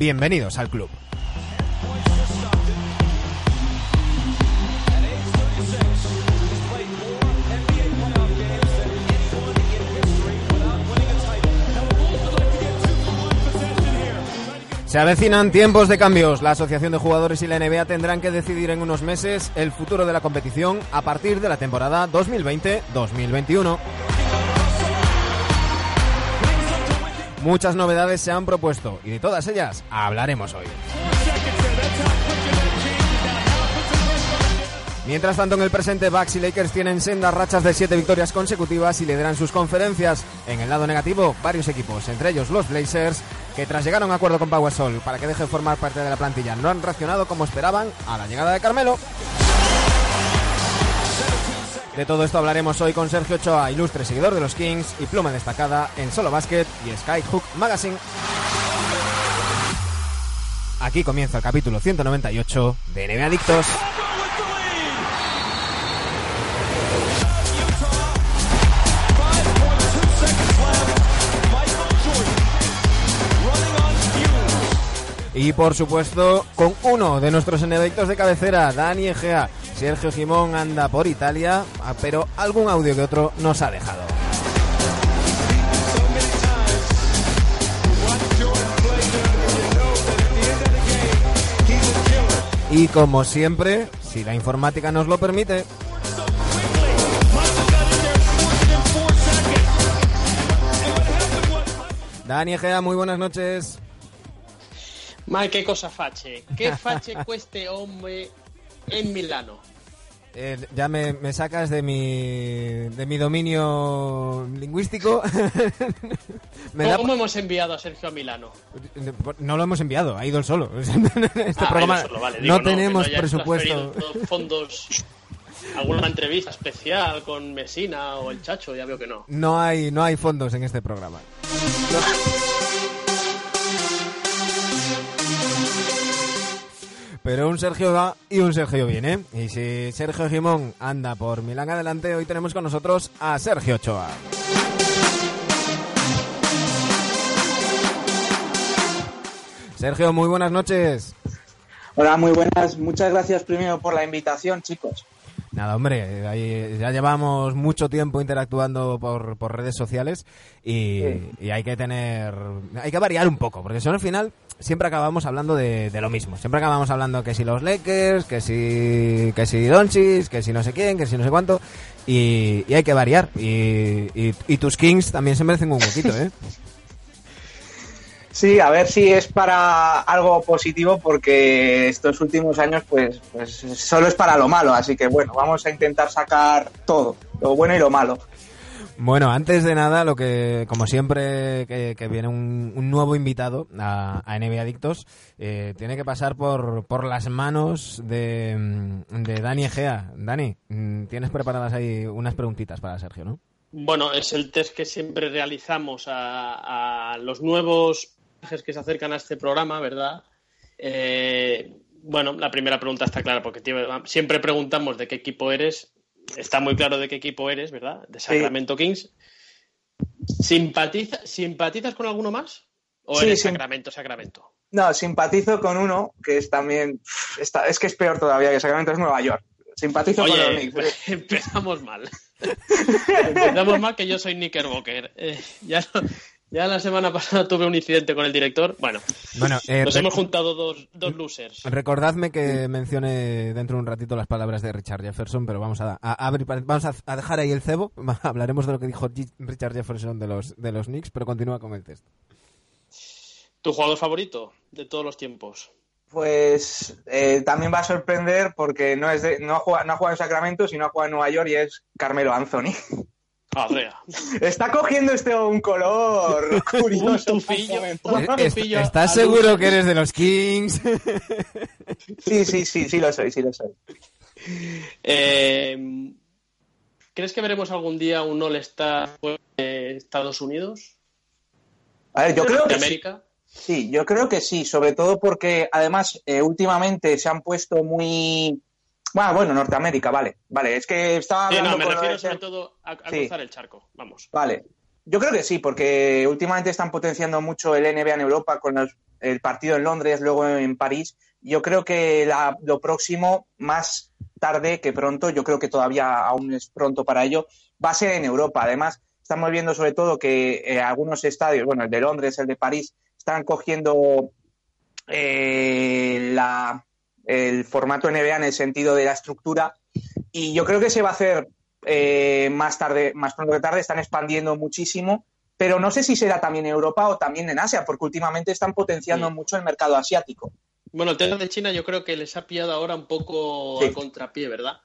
bienvenidos al club. Se avecinan tiempos de cambios. La Asociación de Jugadores y la NBA tendrán que decidir en unos meses el futuro de la competición a partir de la temporada 2020-2021. Muchas novedades se han propuesto y de todas ellas hablaremos hoy. Mientras tanto, en el presente, Bucks y Lakers tienen sendas rachas de 7 victorias consecutivas y lideran sus conferencias. En el lado negativo, varios equipos, entre ellos los Blazers, que tras llegar a un acuerdo con Pau Gasol para que deje de formar parte de la plantilla, no han reaccionado como esperaban a la llegada de Carmelo. De todo esto hablaremos hoy con Sergio Ochoa, ilustre seguidor de los Kings y pluma destacada en Solo Basket y Skyhook Magazine. Aquí comienza el capítulo 198 de NBA Adictos. Y por supuesto, con uno de nuestros enedictos de cabecera, Dani Egea. Sergio Gimón anda por Italia, pero algún audio que otro nos ha dejado. Y como siempre, si la informática nos lo permite, Dani Egea, muy buenas noches. Ma che cosa face? ¿Qué face este hombre en Milano? Ya me sacas de mi dominio lingüístico. ¿Cómo hemos enviado a Sergio a Milano? No lo hemos enviado, ha ido él solo. Programa solo, vale. No tenemos presupuesto. Fondos, alguna entrevista especial con Messina o el Chacho, ya veo que no. No hay fondos en este programa. Pero un Sergio va y un Sergio viene. Y si Sergio Gimón anda por Milán adelante, hoy tenemos con nosotros a Sergio Ochoa. Sergio, muy buenas noches. Hola, muy buenas. Muchas gracias primero por la invitación, chicos. Nada, hombre, ya llevamos mucho tiempo interactuando por redes sociales y hay que variar un poco, porque si no al final siempre acabamos hablando de lo mismo. Siempre acabamos hablando que si los Lakers, que si Doncic, que si no sé quién, que si no sé cuánto, y hay que variar. Y tus Kings también se merecen un huequito, ¿eh? Sí, a ver si es para algo positivo, porque estos últimos años pues solo es para lo malo, así que bueno, vamos a intentar sacar todo, lo bueno y lo malo. Bueno, antes de nada, lo que como siempre que viene un nuevo invitado a NBA Adictos, tiene que pasar por las manos de Dani Egea. Dani, tienes preparadas ahí unas preguntitas para Sergio, ¿no? Bueno, es el test que siempre realizamos a los nuevos que se acercan a este programa, ¿verdad? Bueno, la primera pregunta está clara, porque siempre preguntamos de qué equipo eres. Está muy claro de qué equipo eres, ¿verdad? De Sacramento Kings. ¿Simpatizas con alguno más? ¿O eres Sacramento? No, simpatizo con uno que es también... es que es peor todavía, que Sacramento es Nueva York. Simpatizo con los Knicks. Empezamos mal. Empezamos mal, que yo soy Knickerbocker. Ya la semana pasada tuve un incidente con el director. Bueno, nos hemos juntado dos losers. Recordadme que mencione dentro de un ratito las palabras de Richard Jefferson, pero vamos a dejar ahí el cebo. Hablaremos de lo que dijo Richard Jefferson de los Knicks, pero continúa con el test. ¿Tu jugador favorito de todos los tiempos? Pues también va a sorprender, porque no ha jugado en Sacramento, sino ha jugado en Nueva York, y es Carmelo Anthony. Andrea. Está cogiendo un color curioso. Un tufillo. ¿Estás seguro que eres de los Kings? Sí lo soy. ¿Crees que veremos algún día un All-Star de Estados Unidos? A ver, yo creo que América. Sí, yo creo que sí, sobre todo porque además últimamente se han puesto muy... Bueno, Norteamérica, vale, es que estaba hablando... me refiero sobre todo a cruzar el charco, vamos. Vale, yo creo que sí, porque últimamente están potenciando mucho el NBA en Europa con los el partido en Londres, luego en París. Yo creo que lo próximo, más tarde que pronto, yo creo que todavía aún es pronto para ello, va a ser en Europa. Además, estamos viendo sobre todo que algunos estadios, bueno, el de Londres, el de París, están cogiendo el formato NBA en el sentido de la estructura, y yo creo que se va a hacer más pronto que tarde. Están expandiendo muchísimo, pero no sé si será también en Europa o también en Asia, porque últimamente están potenciando mucho el mercado asiático. Bueno, el tema de China yo creo que les ha pillado ahora un poco a contrapié, ¿verdad?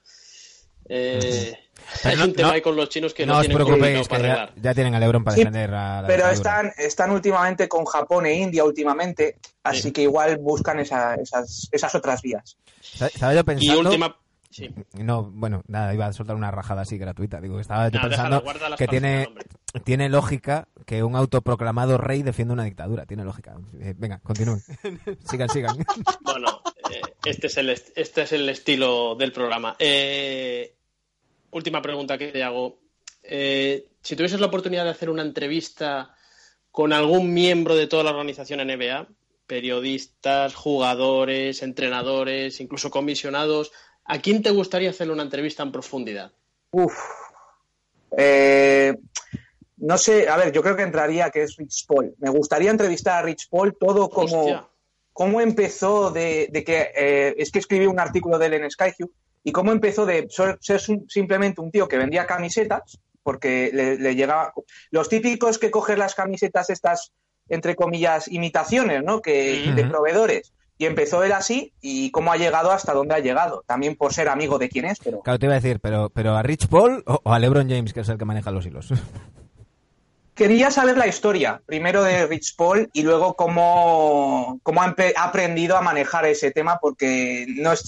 Hay un tema ahí con los chinos que no tienen complicado para arreglar. Ya tienen a LeBron para defender a la pero están últimamente con Japón e India últimamente, así que igual buscan esas otras vías. Estaba yo pensando... Y última... Sí. No, bueno, nada, iba a soltar una rajada así gratuita. Digo, estaba yo pensando que tiene lógica que un autoproclamado rey defienda una dictadura. Tiene lógica. Venga, continúen. sigan. Bueno, este es el estilo del programa. Última pregunta que te hago. Si tuvieses la oportunidad de hacer una entrevista con algún miembro de toda la organización NBA, periodistas, jugadores, entrenadores, incluso comisionados, ¿a quién te gustaría hacerle una entrevista en profundidad? No sé, a ver, yo creo que entraría que es Rich Paul. Me gustaría entrevistar a Rich Paul, todo cómo empezó de que es que escribí un artículo de él en Skyhue, y cómo empezó de ser simplemente un tío que vendía camisetas, porque le llegaba los típicos que cogen las camisetas estas, entre comillas, imitaciones, ¿no? De proveedores. Y empezó él así, y cómo ha llegado hasta donde ha llegado. También por ser amigo de quién es, pero... Claro, te iba a decir, pero ¿a Rich Paul o a LeBron James, que es el que maneja los hilos? Quería saber la historia, primero de Rich Paul, y luego cómo ha aprendido a manejar ese tema, porque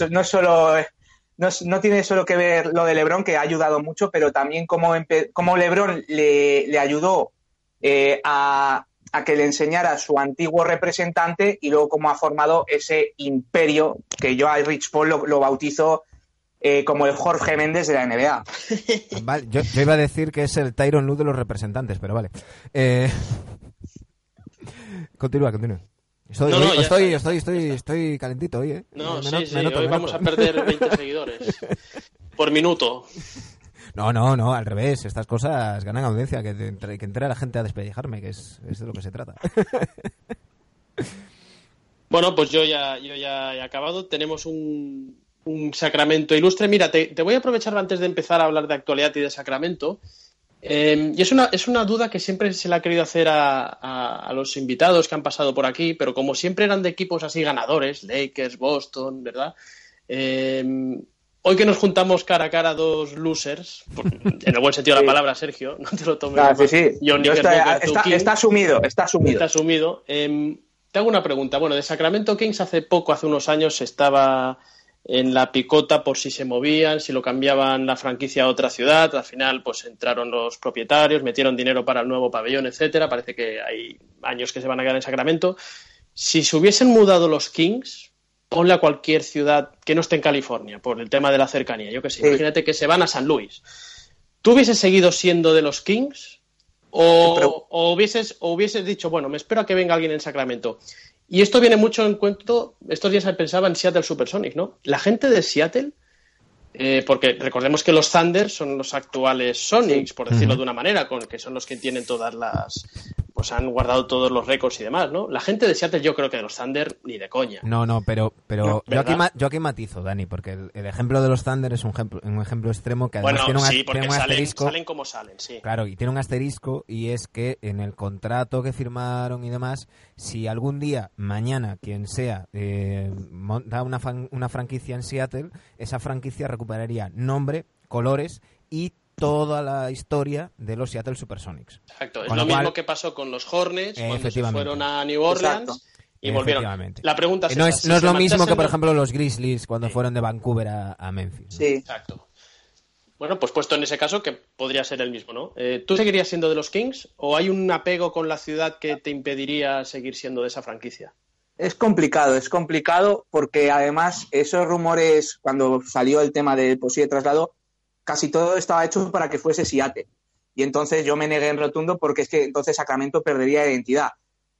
no tiene solo que ver lo de LeBron, que ha ayudado mucho, pero también cómo LeBron le ayudó a que le enseñara a su antiguo representante, y luego cómo ha formado ese imperio que yo a Rich Paul lo bautizo como el Jorge Méndez de la NBA. Vale, yo iba a decir que es el Tyronn Lue de los representantes, pero vale. Continúa. Estoy calentito hoy, ¿eh? No, hoy vamos a perder 20 seguidores por minuto. No, al revés. Estas cosas ganan audiencia, que entre la gente a despellejarme, que es de lo que se trata. Bueno, pues yo ya he acabado. Tenemos un Sacramento ilustre. Mira, te voy a aprovechar antes de empezar a hablar de actualidad y de Sacramento. Y es una duda que siempre se le ha querido hacer a los invitados que han pasado por aquí, pero como siempre eran de equipos así ganadores, Lakers, Boston, ¿verdad? Hoy que nos juntamos cara a cara dos losers, en el buen sentido de la palabra, Sergio, no te lo tomes mal. Sí. Está asumido. Está asumido. Te hago una pregunta. Bueno, de Sacramento Kings hace unos años estaba en la picota por si se movían, si lo cambiaban la franquicia a otra ciudad. Al final, pues entraron los propietarios, metieron dinero para el nuevo pabellón, etcétera. Parece que hay años que se van a quedar en Sacramento. Si se hubiesen mudado los Kings, ponle a cualquier ciudad que no esté en California, por el tema de la cercanía, yo qué sé, imagínate que se van a San Luis. ¿Tú hubieses seguido siendo de los Kings o hubieses dicho, bueno, me espero a que venga alguien en Sacramento? Y esto viene mucho en cuento, estos días pensaba en Seattle Supersonics, ¿no? La gente de Seattle, porque recordemos que los Thunder son los actuales Sonics, por decirlo de una manera, que son los que tienen todas las... pues han guardado todos los récords y demás, ¿no? La gente de Seattle, yo creo que de los Thunder ni de coña. No, pero yo aquí matizo, Dani, porque el ejemplo de los Thunder es un ejemplo extremo que además tiene un asterisco. Salen como salen, sí. Claro, y tiene un asterisco, y es que en el contrato que firmaron y demás, si algún día, mañana, quien sea, monta una franquicia en Seattle, esa franquicia recuperaría nombre, colores y toda la historia de los Seattle Supersonics. Exacto, es lo mismo que pasó con los Hornets cuando se fueron a New Orleans y volvieron. La pregunta es no es lo mismo que, por ejemplo, los Grizzlies cuando fueron de Vancouver a Memphis, ¿no? Sí, exacto. Bueno, pues puesto en ese caso, que podría ser el mismo, ¿no? ¿Tú seguirías siendo de los Kings o hay un apego con la ciudad que te impediría seguir siendo de esa franquicia? Es complicado porque además esos rumores, cuando salió el tema del posible traslado, casi todo estaba hecho para que fuese Seattle. Y entonces yo me negué en rotundo porque es que entonces Sacramento perdería identidad.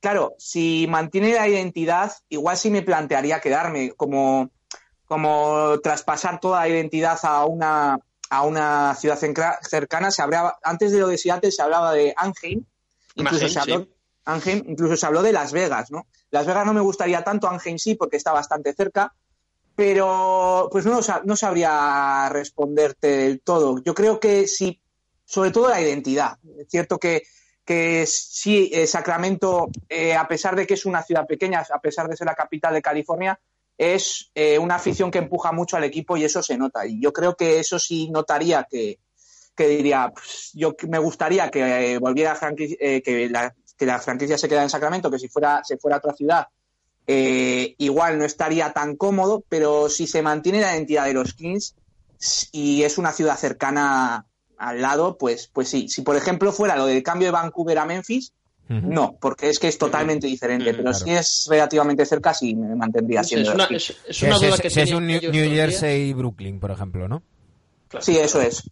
claro, si mantiene la identidad, igual sí me plantearía quedarme, como traspasar toda la identidad a una ciudad cercana. Antes de lo de Seattle se hablaba de Anaheim, incluso se habló de Las Vegas, ¿no? Las Vegas no me gustaría tanto, Anaheim sí, porque está bastante cerca, pero pues no sabría responderte del todo. Yo creo que sí, sobre todo la identidad. Es cierto que sí, Sacramento, a pesar de que es una ciudad pequeña, a pesar de ser la capital de California, es una afición que empuja mucho al equipo y eso se nota. Y yo creo que eso sí notaría que diría, pues, yo me gustaría que volviera que la franquicia se quedara en Sacramento, que si se fuera a otra ciudad, igual no estaría tan cómodo, pero si se mantiene la identidad de los Kings y es una ciudad cercana al lado, pues sí. Si por ejemplo fuera lo del cambio de Vancouver a Memphis, no, porque es que es totalmente diferente, pero claro, si es relativamente cerca sí me mantendría siendo. Es una duda que es un New Jersey y Brooklyn, por ejemplo, ¿no? Claro. Sí, eso es.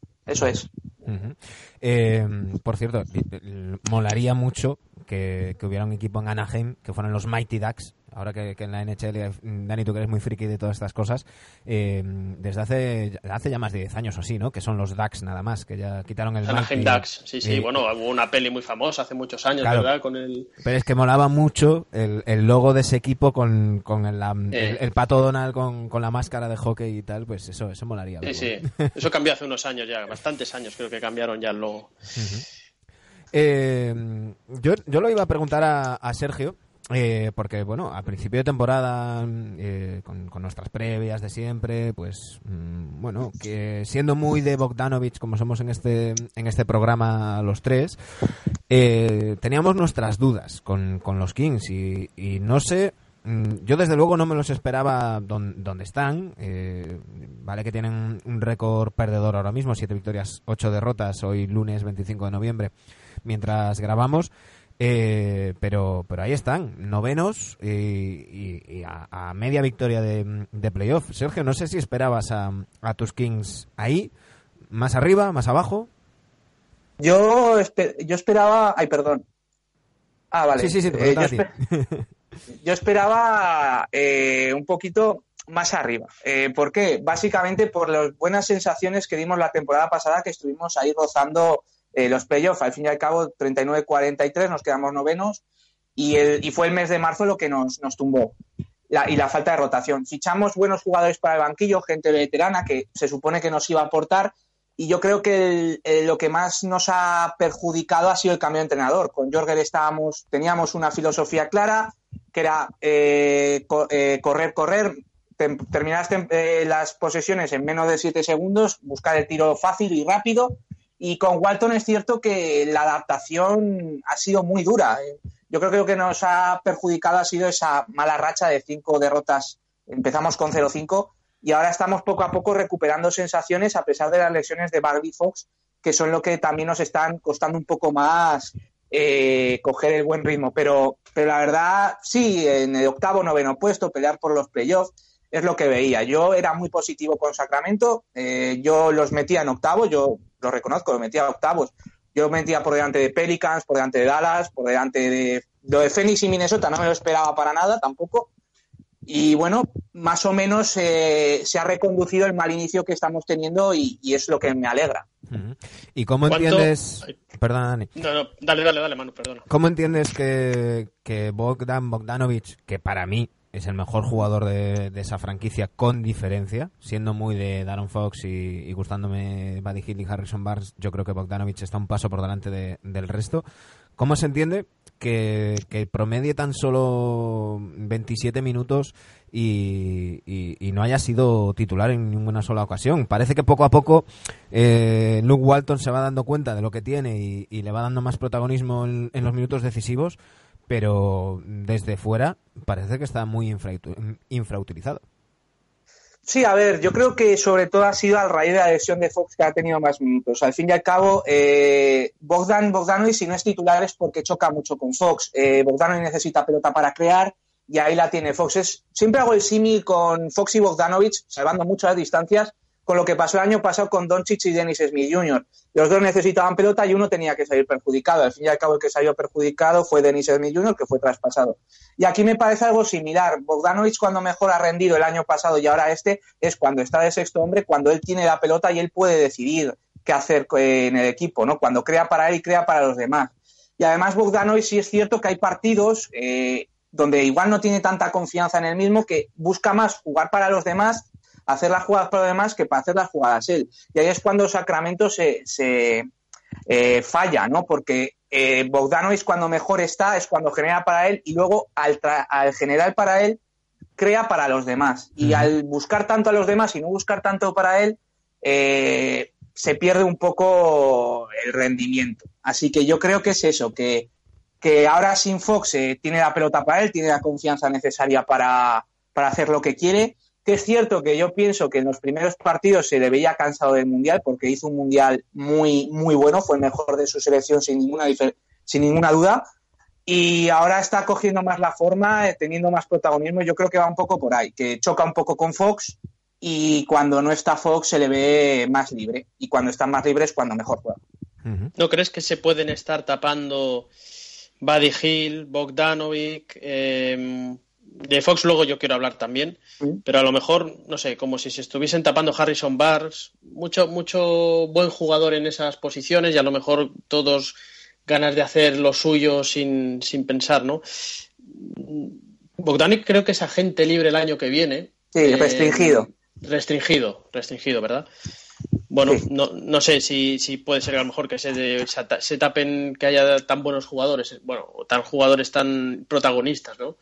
Por cierto, molaría mucho que hubiera un equipo en Anaheim que fueran los Mighty Ducks. Ahora que en la NHL, Dani, tú que eres muy friki de todas estas cosas, desde hace ya más de 10 años o así, ¿no? Que son los Ducks nada más, que ya quitaron el Anaheim Ducks, sí, bueno, hubo una peli muy famosa hace muchos años, claro, ¿verdad? Pero es que molaba mucho el logo de ese equipo con el Pato Donald con la máscara de hockey y tal, pues eso molaría. Sí, eso cambió hace unos años ya, bastantes años creo que cambiaron ya el logo. Yo lo iba a preguntar a Sergio, porque bueno, a principio de temporada, con nuestras previas de siempre, pues bueno, que siendo muy de Bogdanovich como somos en este programa los tres, teníamos nuestras dudas con los Kings y no sé, yo desde luego no me los esperaba donde están. Vale que tienen un récord perdedor ahora mismo, 7 victorias, 8 derrotas, hoy lunes 25 de noviembre mientras grabamos. Pero ahí están, novenos y a media victoria de playoff. Sergio, no sé si esperabas a tus Kings ahí, más arriba, más abajo. Yo esperaba... Ay, perdón. Ah, vale. Sí, yo esperaba un poquito más arriba. ¿Por qué? Básicamente por las buenas sensaciones que dimos la temporada pasada, que estuvimos ahí rozando los playoffs. Al fin y al cabo, 39-43, nos quedamos novenos y fue el mes de marzo lo que nos tumbó. Y la falta de rotación. Fichamos buenos jugadores para el banquillo, gente veterana que se supone que nos iba a aportar, y yo creo que lo que más nos ha perjudicado ha sido el cambio de entrenador. Con Jorger teníamos una filosofía clara, que era correr, terminar las posesiones en menos de 7 segundos, buscar el tiro fácil y rápido. Y con Walton es cierto que la adaptación ha sido muy dura. Yo creo que lo que nos ha perjudicado ha sido esa mala racha de 5 derrotas. Empezamos con 0-5 y ahora estamos poco a poco recuperando sensaciones a pesar de las lesiones de Barbie Fox, que son lo que también nos están costando un poco más coger el buen ritmo. Pero la verdad, sí, en el octavo, noveno puesto, pelear por los playoffs, es lo que veía. Yo era muy positivo con Sacramento, yo los metía en octavos, yo lo reconozco, lo metía a octavos. Yo metía por delante de Pelicans, por delante de Dallas, por delante de lo de Phoenix y Minnesota, no me lo esperaba para nada tampoco. Y bueno, más o menos se ha reconducido el mal inicio que estamos teniendo y es lo que me alegra. ¿Y cómo entiendes... Perdona, Dani. No, dale, Manu, perdona. ¿Cómo entiendes que Bogdanovich, que para mí es el mejor jugador de esa franquicia con diferencia, siendo muy de Darren Fox y gustándome Buddy Hield y Harrison Barnes, yo creo que Bogdanovich está un paso por delante del resto? ¿Cómo se entiende que promedie tan solo 27 minutos y no haya sido titular en ninguna sola ocasión? Parece que poco a poco Luke Walton se va dando cuenta de lo que tiene y le va dando más protagonismo en los minutos decisivos, pero desde fuera parece que está muy infrautilizado. Sí, a ver, yo creo que sobre todo ha sido a raíz de la lesión de Fox que ha tenido más minutos. Al fin y al cabo, Bogdanovich, si no es titular es porque choca mucho con Fox. Bogdanovich necesita pelota para crear y ahí la tiene Fox. Siempre hago el símil con Fox y Bogdanovich, salvando mucho las distancias, con lo que pasó el año pasado con Doncic y Dennis Smith Jr. Los dos necesitaban pelota y uno tenía que salir perjudicado. Al fin y al cabo, el que salió perjudicado fue Dennis Smith Jr., que fue traspasado. Y aquí me parece algo similar. Bogdanovic, cuando mejor ha rendido el año pasado y ahora es cuando está de sexto hombre, cuando él tiene la pelota y él puede decidir qué hacer en el equipo, ¿no? Cuando crea para él y crea para los demás. Y además, Bogdanovic sí es cierto que hay partidos donde igual no tiene tanta confianza en él mismo, que busca más jugar para los demás, hacer las jugadas para los demás, que para hacer las jugadas él. Y ahí es cuando Sacramento se falla, ¿no? Porque Bogdanovic, cuando mejor está, es cuando genera para él, y luego al generar para él, crea para los demás. Y al buscar tanto a los demás y no buscar tanto para él, se pierde un poco el rendimiento. Así que yo creo que es eso, que ahora sin Fox tiene la pelota para él, tiene la confianza necesaria para hacer lo que quiere. Que es cierto que yo pienso que en los primeros partidos se le veía cansado del Mundial, porque hizo un Mundial muy, muy bueno, fue el mejor de su selección sin ninguna duda, y ahora está cogiendo más la forma, teniendo más protagonismo. Yo creo que va un poco por ahí, que choca un poco con Fox, y cuando no está Fox se le ve más libre, y cuando está más libre es cuando mejor juega. ¿No crees que se pueden estar tapando Buddy Hield, Bogdanovic? De Fox luego yo quiero hablar también, pero a lo mejor, no sé, como si se estuviesen tapando Harrison Barnes, mucho buen jugador en esas posiciones, y a lo mejor todos ganas de hacer lo suyo sin pensar, ¿no? Bogdanovic creo que es agente libre el año que viene. Sí, restringido. Restringido, ¿verdad? Bueno, sí. No sé si puede ser a lo mejor que se tapen, que haya tan buenos jugadores, jugadores tan protagonistas, ¿no?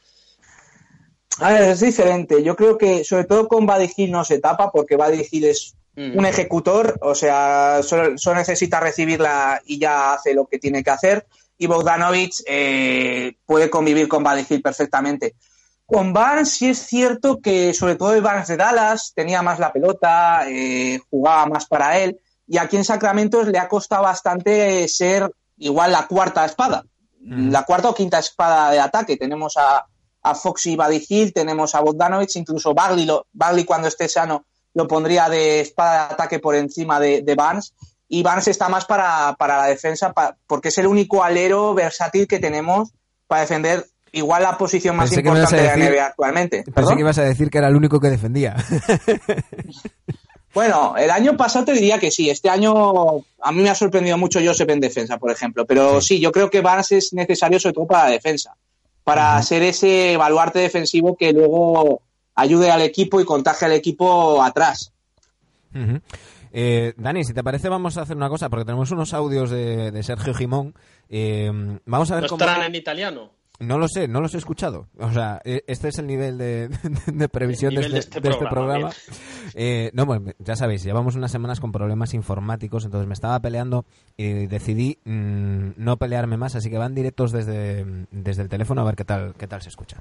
A ver, es diferente. Yo creo que sobre todo con Buddy Hield no se tapa, porque Buddy Hield es un ejecutor, o sea, solo necesita recibirla y ya hace lo que tiene que hacer, y Bogdanovic puede convivir con Buddy Hield perfectamente. Con Barnes sí es cierto que sobre todo el Barnes de Dallas tenía más la pelota, jugaba más para él, y aquí en Sacramento le ha costado bastante ser igual la cuarta espada, la cuarta o quinta espada de ataque. Tenemos a Fox y Buddy Hield, tenemos a Bogdanovic, incluso Bagley cuando esté sano lo pondría de espada de ataque por encima de Barnes, y Barnes está más para la defensa, porque es el único alero versátil que tenemos para defender igual la posición más importante de la NBA actualmente. Pensé que ibas a decir que era el único que defendía. Bueno, el año pasado te diría que sí. Este año a mí me ha sorprendido mucho Joseph en defensa, por ejemplo, pero sí, yo creo que Barnes es necesario sobre todo para la defensa, para ser ese baluarte defensivo que luego ayude al equipo y contagie al equipo atrás. Dani, si te parece, vamos a hacer una cosa, porque tenemos unos audios de Sergio Gimón. Vamos a ver ¿No estarán en italiano? No lo sé, no los he escuchado. O sea, este es el nivel de previsión de este programa. No, bueno, ya sabéis, llevamos unas semanas con problemas informáticos, entonces me estaba peleando y decidí no pelearme más, así que van directos desde el teléfono a ver qué tal se escucha.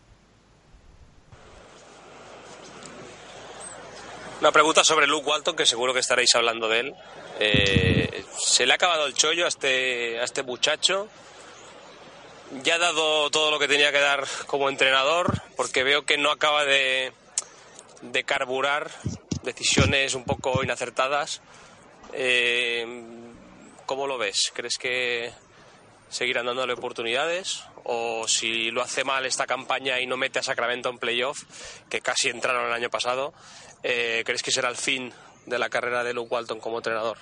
Una pregunta sobre Luke Walton, que seguro que estaréis hablando de él. ¿Se le ha acabado el chollo a este muchacho? Ya ha dado todo lo que tenía que dar como entrenador, porque veo que no acaba de carburar, decisiones un poco inacertadas. ¿Cómo lo ves? ¿Crees que seguirán dándole oportunidades? O si lo hace mal esta campaña y no mete a Sacramento en playoff, que casi entraron el año pasado, ¿crees que será el fin de la carrera de Luke Walton como entrenador?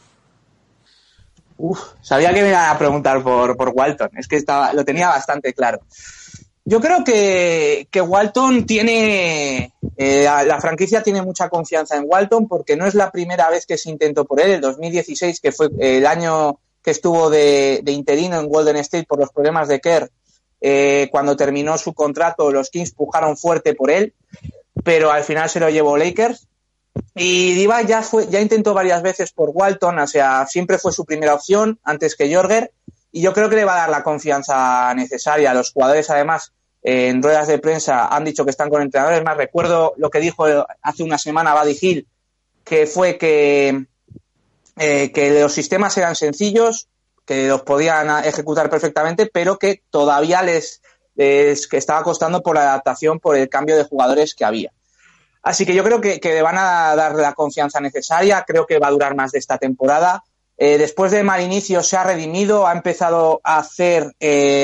Sabía que me iban a preguntar por Walton, es que lo tenía bastante claro. Yo creo que Walton tiene, la franquicia tiene mucha confianza en Walton, porque no es la primera vez que se intentó por él. El 2016, que fue el año que estuvo de interino en Golden State por los problemas de Kerr, cuando terminó su contrato, los Kings pujaron fuerte por él, pero al final se lo llevó Lakers. Y Diva ya intentó varias veces por Walton, o sea, siempre fue su primera opción antes que Jorger, y yo creo que le va a dar la confianza necesaria. Los jugadores, además, en ruedas de prensa han dicho que están con entrenadores. Más recuerdo lo que dijo hace una semana Buddy Hield, que fue que los sistemas eran sencillos, que los podían ejecutar perfectamente, pero que todavía les que estaba costando por la adaptación, por el cambio de jugadores que había. Así que yo creo que le van a dar la confianza necesaria, creo que va a durar más de esta temporada. Después de mal inicio se ha redimido, ha empezado a hacer,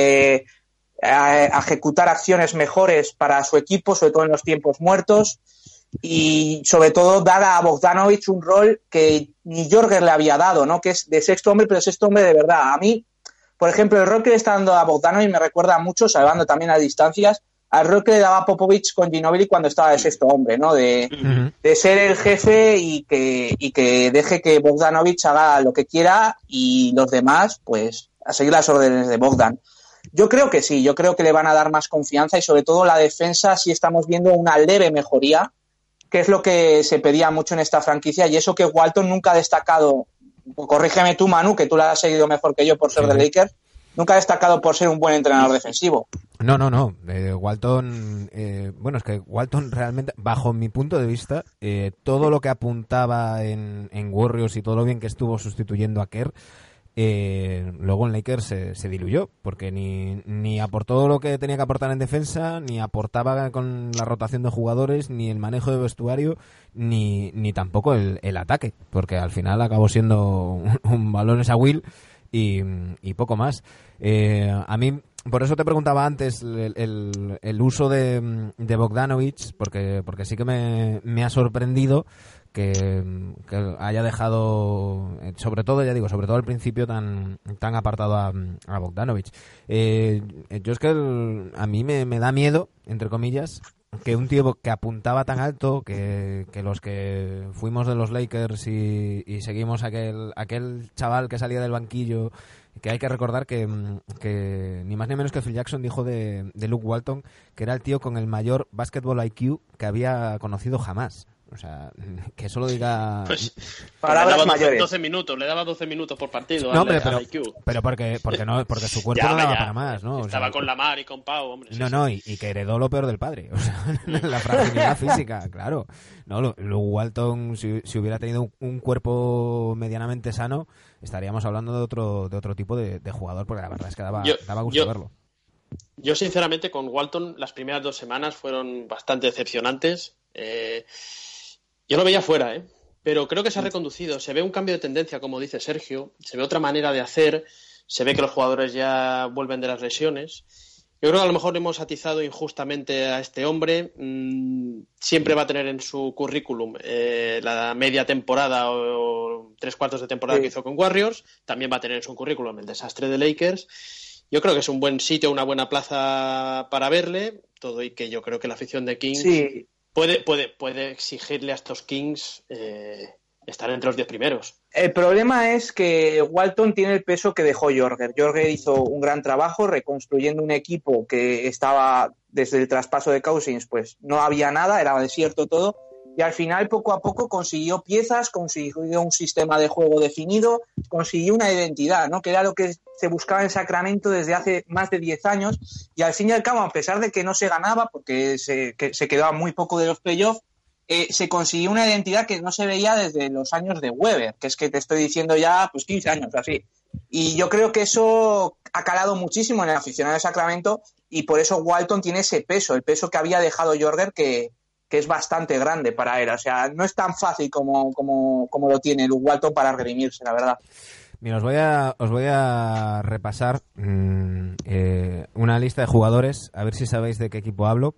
a ejecutar acciones mejores para su equipo, sobre todo en los tiempos muertos, y sobre todo dar a Bogdanovic un rol que ni Jorger le había dado, ¿no? Que es de sexto hombre, pero sexto hombre de verdad. A mí, por ejemplo, el rol que le está dando a Bogdanovic me recuerda mucho, salvando también las distancias, al rol que le daba Popovich con Ginobili cuando estaba de sexto hombre, ¿no? De ser el jefe y que deje que Bogdanovic haga lo que quiera y los demás, pues, a seguir las órdenes de Bogdan. Yo creo que sí, yo creo que le van a dar más confianza y sobre todo la defensa sí estamos viendo una leve mejoría, que es lo que se pedía mucho en esta franquicia, y eso que Walton nunca ha destacado, corrígeme tú, Manu, que tú la has seguido mejor que yo por ser de Lakers, nunca ha destacado por ser un buen entrenador defensivo. No. Walton, bueno, es que Walton realmente, bajo mi punto de vista, todo lo que apuntaba en Warriors y todo lo bien que estuvo sustituyendo a Kerr, luego en Lakers se diluyó, porque ni aportó lo que tenía que aportar en defensa, ni aportaba con la rotación de jugadores, ni el manejo de vestuario, ni tampoco el ataque, porque al final acabó siendo un balones a Will y poco más. A mí, por eso te preguntaba antes el uso de Bogdanovic, porque sí que me ha sorprendido que haya dejado, sobre todo al principio, tan apartado a Bogdanovic. Yo es que a mí me da miedo, entre comillas, que un tío que apuntaba tan alto, que los que fuimos de los Lakers y seguimos aquel chaval que salía del banquillo, que hay que recordar que ni más ni menos que Phil Jackson dijo de Luke Walton que era el tío con el mayor basketball IQ que había conocido jamás. O sea, que eso lo diga... Pues palabras mayores. 12 minutos, le daba 12 minutos por partido. No, hombre, pero porque su cuerpo no daba para más, ¿no? Estaba con Lamar y con Pau, hombre. Y que heredó lo peor del padre. O sea, la fragilidad física, claro. No, Luke Walton, si hubiera tenido un cuerpo medianamente sano, estaríamos hablando de otro tipo de jugador, porque la verdad es que daba gusto verlo. Yo, sinceramente, con Walton, las primeras 2 semanas fueron bastante decepcionantes. Yo lo veía fuera, pero creo que se ha reconducido. Se ve un cambio de tendencia, como dice Sergio. Se ve otra manera de hacer. Se ve que los jugadores ya vuelven de las lesiones. Yo creo que a lo mejor hemos atizado injustamente a este hombre. Siempre va a tener en su currículum la media temporada o 3/4 de temporada que hizo con Warriors. También va a tener en su currículum el desastre de Lakers. Yo creo que es un buen sitio, una buena plaza para verle. Todo y que yo creo que la afición de Kings... Sí. Puede exigirle a estos Kings estar entre los 10 primeros. El problema es que Walton tiene el peso que dejó Jorger. Jorger hizo un gran trabajo reconstruyendo un equipo que estaba desde el traspaso de Cousins, pues no había nada, era desierto todo, y al final poco a poco consiguió piezas, consiguió un sistema de juego definido, consiguió una identidad, ¿no? Que era lo que se buscaba en Sacramento desde hace más de 10 años, y al fin y al cabo, a pesar de que no se ganaba, porque se quedaba muy poco de los playoffs, se consiguió una identidad que no se veía desde los años de Weber, que es que te estoy diciendo ya pues 15 años, así. Y yo creo que eso ha calado muchísimo en el aficionado de Sacramento, y por eso Walton tiene ese peso, el peso que había dejado Jorger, que es bastante grande para él. O sea, no es tan fácil como lo tiene Luke Walton para redimirse, la verdad. Mira, os voy a repasar una lista de jugadores, a ver si sabéis de qué equipo hablo.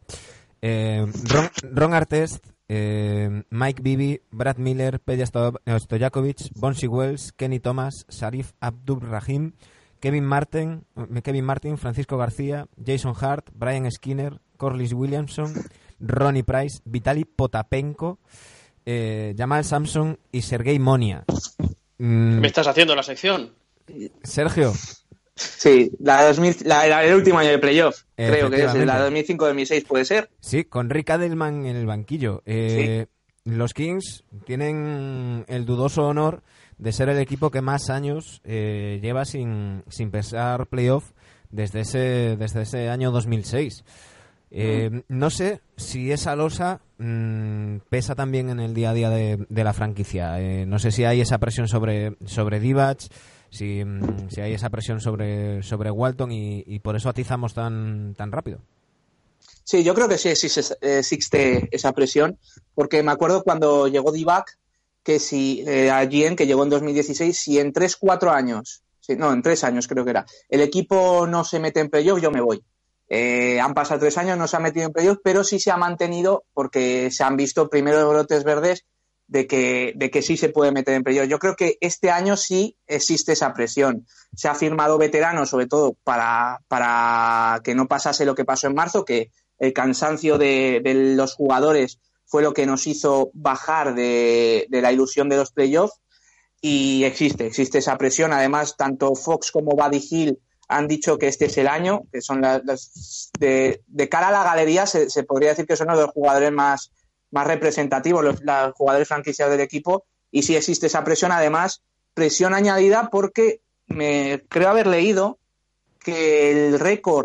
Ron Artest, Mike Bibby, Brad Miller, Peja Stojakovic, Bonzi Wells, Kenny Thomas, Sharif Abdur-Rahim, Kevin Martin, Francisco García, Jason Hart, Brian Skinner, Corliss Williamson, Ronnie Price, Vitaly Potapenko, Jamal Samson y Sergei Monia. ¿Me estás haciendo la sección? Sergio. Sí, el último año de playoff, creo que es, la 2005-2006 puede ser. Sí, con Rick Adelman en el banquillo. Sí. Los Kings tienen el dudoso honor de ser el equipo que más años lleva sin pesar playoff desde ese año 2006. No sé si esa losa pesa también en el día a día de la franquicia. No sé si hay esa presión sobre Divac, si hay esa presión sobre Walton y por eso atizamos tan rápido. Sí, yo creo que sí existe esa presión, porque me acuerdo cuando llegó Divac, que si a GM, que llegó en 2016, si en 3-4 años, en 3 años creo que era, el equipo no se mete en playoff, yo me voy. Han pasado 3 años, no se ha metido en playoff, pero sí se ha mantenido porque se han visto primeros brotes verdes de que sí se puede meter en playoff. Yo creo que este año sí existe esa presión. Se ha firmado veteranos, sobre todo para que no pasase lo que pasó en marzo, que el cansancio de los jugadores fue lo que nos hizo bajar de la ilusión de los playoffs, y existe esa presión. Además, tanto Fox como Buddy Hield han dicho que este es el año, que son de cara a la galería se podría decir que son los jugadores más representativos, los jugadores franquiciados del equipo, y sí existe esa presión. Además, presión añadida porque creo haber leído que el récord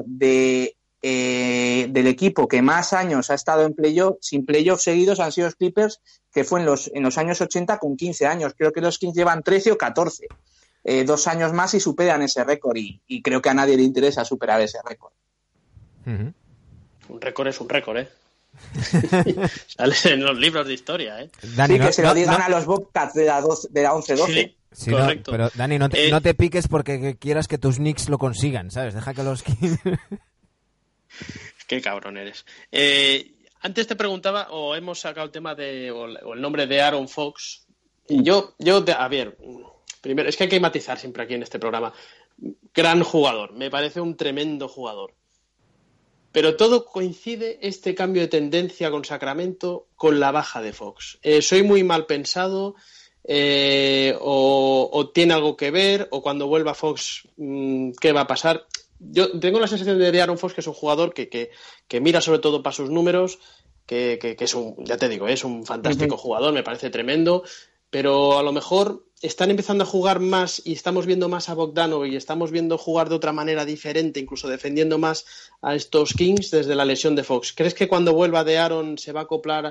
del equipo que más años ha estado en playoff, sin playoff seguidos, han sido los Clippers, que fue en los años 80 con 15 años. Creo que los Kings llevan 13 o 14. 2 años más y superan ese récord, y creo que a nadie le interesa superar ese récord. Uh-huh. Un récord es un récord, ¿eh? Sale en los libros de historia, ¿eh? Dani, sí, que se lo digan a los Bobcats de la 11-12. Sí, correcto. Pero Dani, no te piques porque quieras que tus Knicks lo consigan, ¿sabes? Deja que los... Qué cabrón eres. Antes te preguntaba, o hemos sacado el tema o el nombre de Aaron Fox. Y a ver, primero, es que hay que matizar siempre aquí en este programa. Gran jugador, me parece un tremendo jugador. Pero todo coincide, este cambio de tendencia con Sacramento, con la baja de Fox. Soy muy mal pensado, o tiene algo que ver, o cuando vuelva Fox, ¿qué va a pasar? Yo tengo la sensación de Aaron Fox, que es un jugador que mira sobre todo para sus números, que es ya te digo, es un fantástico jugador, me parece tremendo, pero a lo mejor están empezando a jugar más y estamos viendo más a Bogdanović y estamos viendo jugar de otra manera diferente, incluso defendiendo más a estos Kings desde la lesión de Fox. ¿Crees que cuando vuelva de Aaron se va a acoplar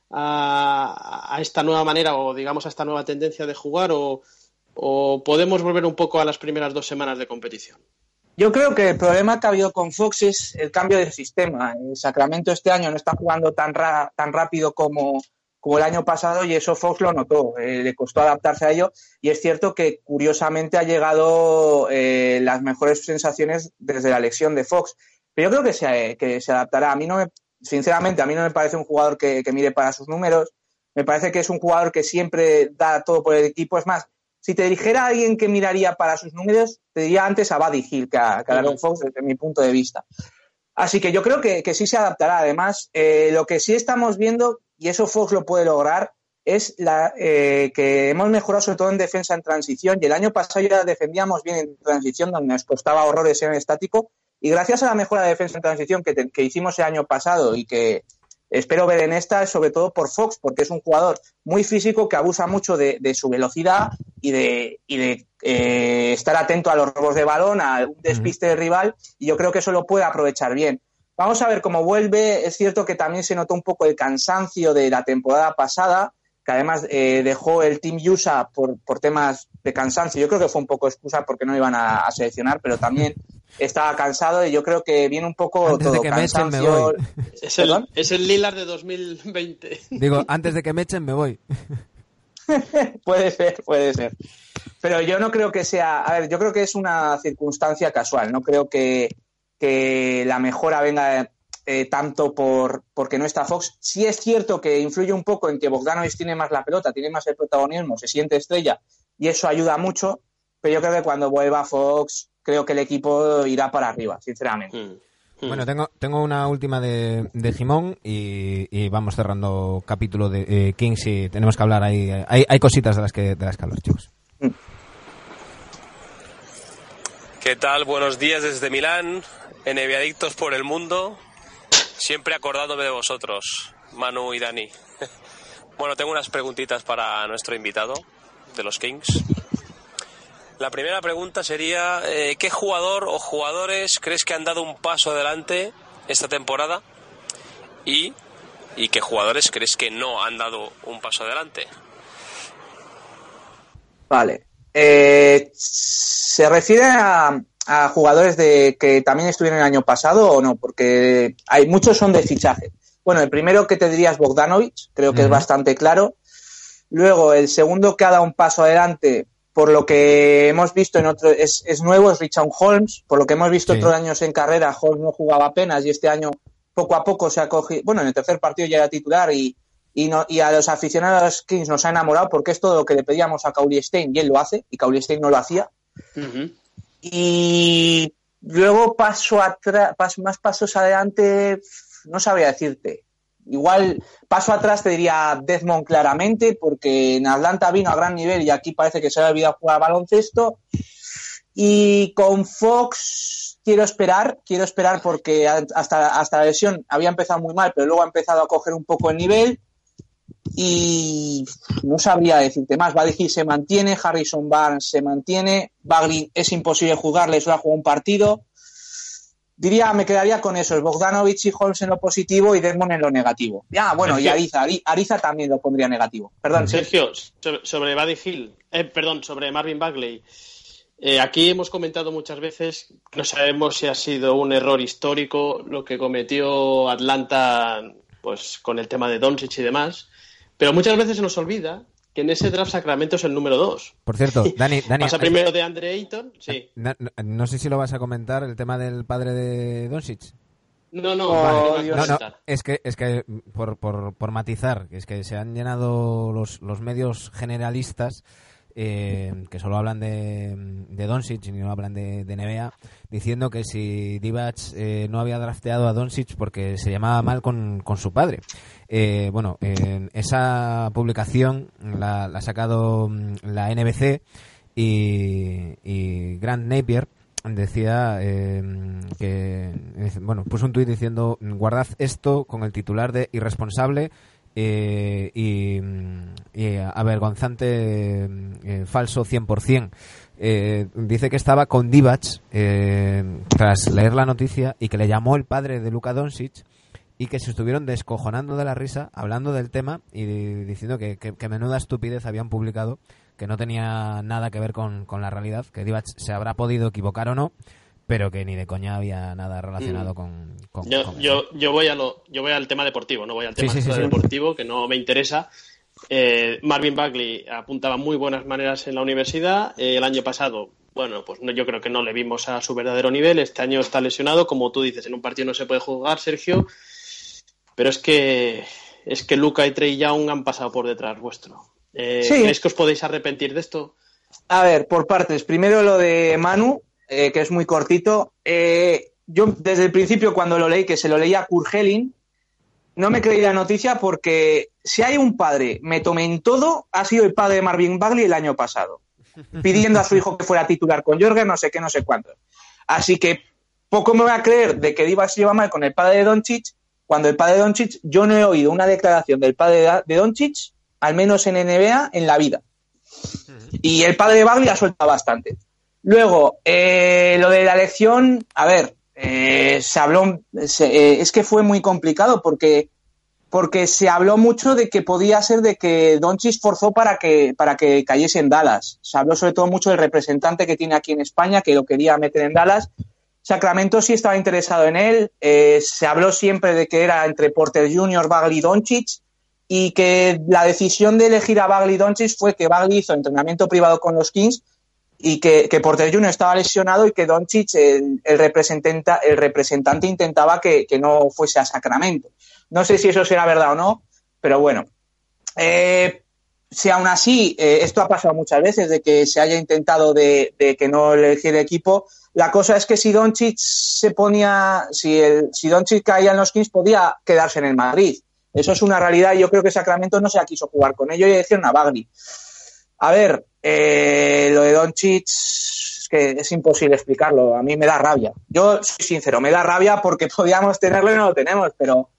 a esta nueva manera, o digamos a esta nueva tendencia de jugar, o podemos volver un poco a las primeras 2 semanas de competición? Yo creo que el problema que ha habido con Fox es el cambio de sistema. El Sacramento este año no está jugando tan rápido como el año pasado, y eso Fox lo notó, le costó adaptarse a ello, y es cierto que curiosamente ha llegado las mejores sensaciones desde la lesión de Fox, pero yo creo que se adaptará. Sinceramente, a mí no me parece un jugador que mire para sus números, me parece que es un jugador que siempre da todo por el equipo. Es más, si te dijera alguien que miraría para sus números, te diría antes a Buddy Hield que a Aaron Fox, desde mi punto de vista. Así que yo creo que sí se adaptará. Además, lo que sí estamos viendo, y eso Fox lo puede lograr, es que hemos mejorado sobre todo en defensa en transición, y el año pasado ya defendíamos bien en transición, donde nos costaba horrores en estático, y gracias a la mejora de defensa en transición que hicimos el año pasado y que espero ver en esta, sobre todo por Fox, porque es un jugador muy físico que abusa mucho de su velocidad y de estar atento a los robos de balón, a un despiste del rival, y yo creo que eso lo puede aprovechar bien. Vamos a ver cómo vuelve. Es cierto que también se notó un poco el cansancio de la temporada pasada, que además dejó el Team USA por temas de cansancio. Yo creo que fue un poco excusa porque no iban a seleccionar, pero también estaba cansado, y yo creo que viene un poco antes todo. De que cansancio. Me echen, me voy. Es el Lillard de 2020. Digo, antes de que me echen me voy. Puede ser. Pero yo no creo que sea... A ver, yo creo que es una circunstancia casual. No creo que la mejora venga tanto porque no está Fox. Sí es cierto que influye un poco en que Bogdanović tiene más la pelota, tiene más el protagonismo, se siente estrella, y eso ayuda mucho, pero yo creo que cuando vuelva Fox, creo que el equipo irá para arriba, sinceramente. Bueno, tengo una última de Jimón y vamos cerrando capítulo de Kings, y tenemos que hablar ahí. Hay cositas de las que hablar, chicos. ¿Qué tal? Buenos días desde Milán, NBA Adictos por el mundo. Siempre acordándome de vosotros, Manu y Dani. Bueno, tengo unas preguntitas para nuestro invitado de los Kings. La primera pregunta sería, ¿qué jugador o jugadores crees que han dado un paso adelante esta temporada? ¿Y qué jugadores crees que no han dado un paso adelante? Vale. Se refiere a a jugadores que también estuvieron el año pasado o no, porque muchos son de fichaje. Bueno, el primero que te diría es Bogdanovic, creo que es bastante claro. Luego, el segundo que ha dado un paso adelante, por lo que hemos visto en otro, es nuevo, es Richard Holmes. Por lo que hemos visto otros años en carrera, Holmes no jugaba apenas y este año poco a poco se ha cogido, bueno, en el tercer partido ya era titular y a los aficionados Kings nos ha enamorado porque es todo lo que le pedíamos a Cauley-Stein y él lo hace y Cauley-Stein no lo hacía. Y luego más pasos adelante, no sabría decirte. Igual paso atrás te diría Desmond claramente, porque en Atlanta vino a gran nivel y aquí parece que se le ha olvidado jugar baloncesto. Y con Fox quiero esperar porque hasta la lesión había empezado muy mal, pero luego ha empezado a coger un poco el nivel. Y no sabría decirte más. Buddy Hield se mantiene, Harrison Barnes se mantiene, Bagley es imposible jugarle, solo ha jugado un partido. Me quedaría con eso, Bogdanovic y Holmes en lo positivo y Desmond en lo negativo. Bueno, Sergio, y Ariza también lo pondría negativo. Perdón, Sergio, sobre Buddy Hield, sobre Marvin Bagley. Aquí hemos comentado muchas veces, no sabemos si ha sido un error histórico lo que cometió Atlanta, pues con el tema de Doncic y demás, pero muchas veces se nos olvida que en ese draft Sacramento es el número 2. Por cierto, Dani pasa primero de Andre Ayton, sí. No sé si lo vas a comentar, el tema del padre de Doncic. No, es que por matizar, es que se han llenado los medios generalistas que solo hablan de Doncic y no hablan de NBA, diciendo que si Divac no había drafteado a Doncic porque se llamaba mal con su padre. Esa publicación la ha sacado la NBC y Grant Napier decía puso un tuit diciendo: guardad esto con el titular de irresponsable y avergonzante, falso 100%. Dice que estaba con Divac tras leer la noticia y que le llamó el padre de Luka Doncic y que se estuvieron descojonando de la risa hablando del tema y diciendo que menuda estupidez habían publicado, que no tenía nada que ver con la realidad, que Divac se habrá podido equivocar o no, pero que ni de coña había nada relacionado con yo voy al tema deportivo, no voy al tema deportivo, que no me interesa. Marvin Bagley apuntaba muy buenas maneras en la universidad. El año pasado, yo creo que no le vimos a su verdadero nivel. Este año está lesionado, como tú dices, en un partido no se puede jugar, Sergio, pero es que Luka y Trey Young han pasado por detrás vuestro. ¿Crees que os podéis arrepentir de esto? A ver, por partes. Primero lo de Manu, que es muy cortito. Yo desde el principio, cuando lo leí, que se lo leía a Kurt Helling, no me creí la noticia porque si hay un padre, me tomé en todo, ha sido el padre de Marvin Bagley el año pasado, pidiendo a su hijo que fuera titular con Jorgen, no sé qué, no sé cuánto. Así que poco me voy a creer de que Divac se lleva mal con el padre de Doncic, cuando el padre de Doncic, yo no he oído una declaración del padre de Doncic, al menos en NBA, en la vida. Y el padre de Bagley ha soltado bastante. Luego, lo de la elección, a ver, se habló, es que fue muy complicado porque se habló mucho de que podía ser de que Doncic forzó para que cayese en Dallas. Se habló sobre todo mucho del representante que tiene aquí en España, que lo quería meter en Dallas. Sacramento sí estaba interesado en él. Se habló siempre de que era entre Porter Jr., Bagley y Doncic, y que la decisión de elegir a Bagley y Doncic fue que Bagley hizo entrenamiento privado con los Kings y que Porter Jr. estaba lesionado y que Doncic, el representante intentaba que no fuese a Sacramento. No sé si eso será verdad o no, pero bueno. Si aún así, esto ha pasado muchas veces, de que se haya intentado de que no eligiera equipo, la cosa es que si Doncic si Doncic caía en los Kings, podía quedarse en el Madrid. Eso es una realidad y yo creo que Sacramento no se quiso jugar con ello y eligieron a Bagley. A ver, lo de Doncic es que es imposible explicarlo. A mí me da rabia. Yo soy sincero, me da rabia porque podíamos tenerlo y no lo tenemos, pero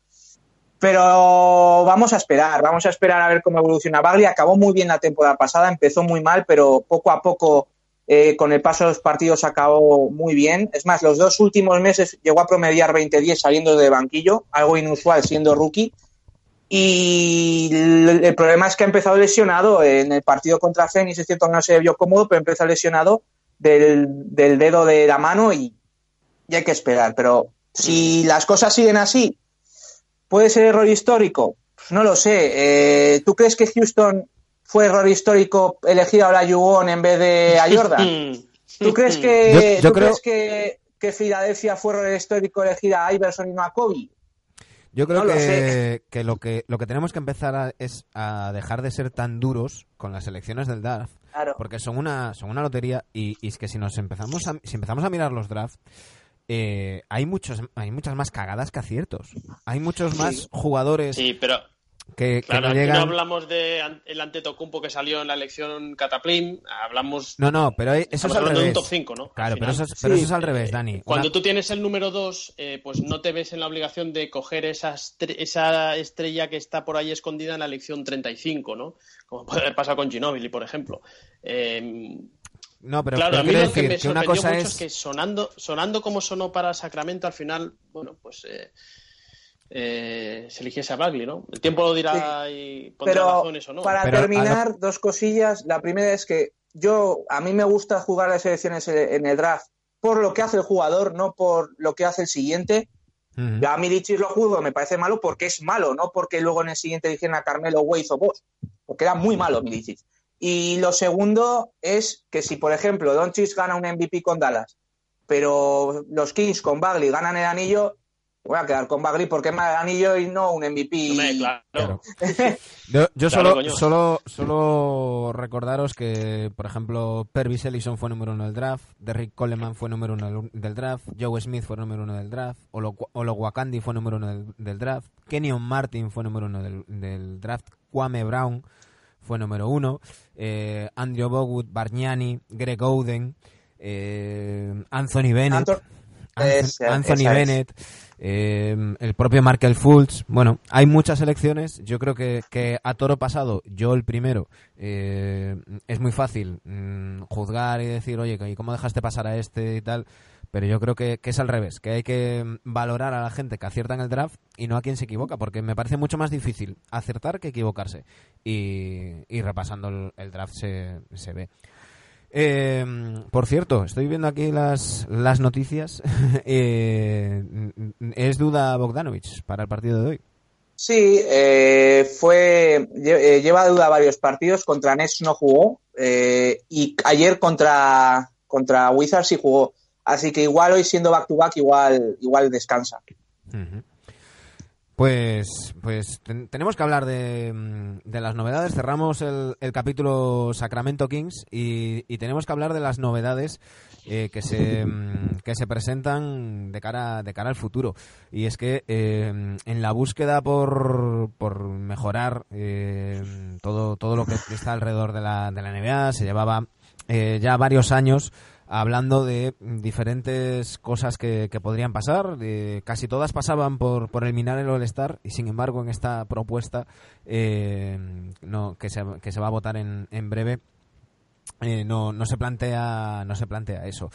vamos a esperar a ver cómo evoluciona Bagley. Acabó muy bien la temporada pasada, empezó muy mal, pero poco a poco, con el paso de los partidos, acabó muy bien. Es más, los 2 últimos meses llegó a promediar 20-10 saliendo de banquillo, algo inusual siendo rookie. Y el problema es que ha empezado lesionado en el partido contra Phoenix. Es cierto que no se vio cómodo, pero empezó lesionado del dedo de la mano y hay que esperar. Pero si las cosas siguen así, ¿puede ser error histórico? Pues no lo sé. ¿Tú crees que Houston fue error histórico elegir a Olajuwon en vez de a Jordan? ¿Tú crees que crees que Filadelfia fue error histórico elegir a Iverson y no a Kobe? Yo creo que lo que tenemos que empezar es a dejar de ser tan duros con las elecciones del draft, claro, porque son una lotería y es que si empezamos a mirar los drafts, hay muchas más cagadas que aciertos. Hay muchos más jugadores. Sí, pero que claro, no llegan. No hablamos de el Antetokounmpo que salió en la elección Cataplim, hablamos. No, pero eso es al revés. De un top 5, ¿no? Claro, pero eso es al revés, Dani. Cuando tú tienes el número 2, pues no te ves en la obligación de coger esa estrella que está por ahí escondida en la elección 35, ¿no? Como puede haber pasado con Ginobili, por ejemplo. No, pero claro, a mí lo que me una sorprendió cosa mucho es que sonando como sonó para Sacramento, al final, bueno, pues se eligiese a Bagley, ¿no? El tiempo lo dirá y pondrá razones o no. Para terminar, dos cosillas. La primera es que a mí me gusta jugar las selecciones en el draft por lo que hace el jugador, no por lo que hace el siguiente. Uh-huh. A Miličić lo juzgo, me parece malo porque es malo, no porque luego en el siguiente eligen a Carmelo, Wade o Bosh, porque era muy malo Miličić. Y lo segundo es que si, por ejemplo, Doncic gana un MVP con Dallas, pero los Kings con Bagley ganan el anillo, voy a quedar con Bagley porque es más el anillo y no un MVP. Claro. Yo solo recordaros que, por ejemplo, Pervis Ellison fue número 1 del draft, Derrick Coleman fue número 1 del draft, Joe Smith fue número 1 del draft, Oluwakandi fue número 1 del draft, Kenyon Martin fue número 1 del draft, Kwame Brown fue número 1, Andrew Bogut, Bargnani, Greg Oden, Anthony Bennett, el propio Markel Fultz. Bueno, hay muchas elecciones. Yo creo que a toro pasado, yo el primero, es muy fácil juzgar y decir, oye, ¿y cómo dejaste pasar a este y tal? Pero yo creo que es al revés, que hay que valorar a la gente que acierta en el draft y no a quien se equivoca, porque me parece mucho más difícil acertar que equivocarse. Y repasando el draft se ve. Por cierto, estoy viendo aquí las noticias. ¿Es duda Bogdanović para el partido de hoy? Sí, lleva duda varios partidos. Contra Nets no jugó y ayer contra Wizards sí jugó. Así que igual hoy siendo back-to-back igual descansa. Uh-huh. Pues tenemos que hablar de las novedades. Cerramos el capítulo Sacramento Kings y tenemos que hablar de las novedades que se presentan de cara al futuro. Y es que en la búsqueda por mejorar todo lo que está alrededor de la NBA, se llevaba ya varios años hablando de diferentes cosas que podrían pasar. Casi todas pasaban por eliminar el All-Star y sin embargo en esta propuesta que se va a votar en breve no se plantea eso.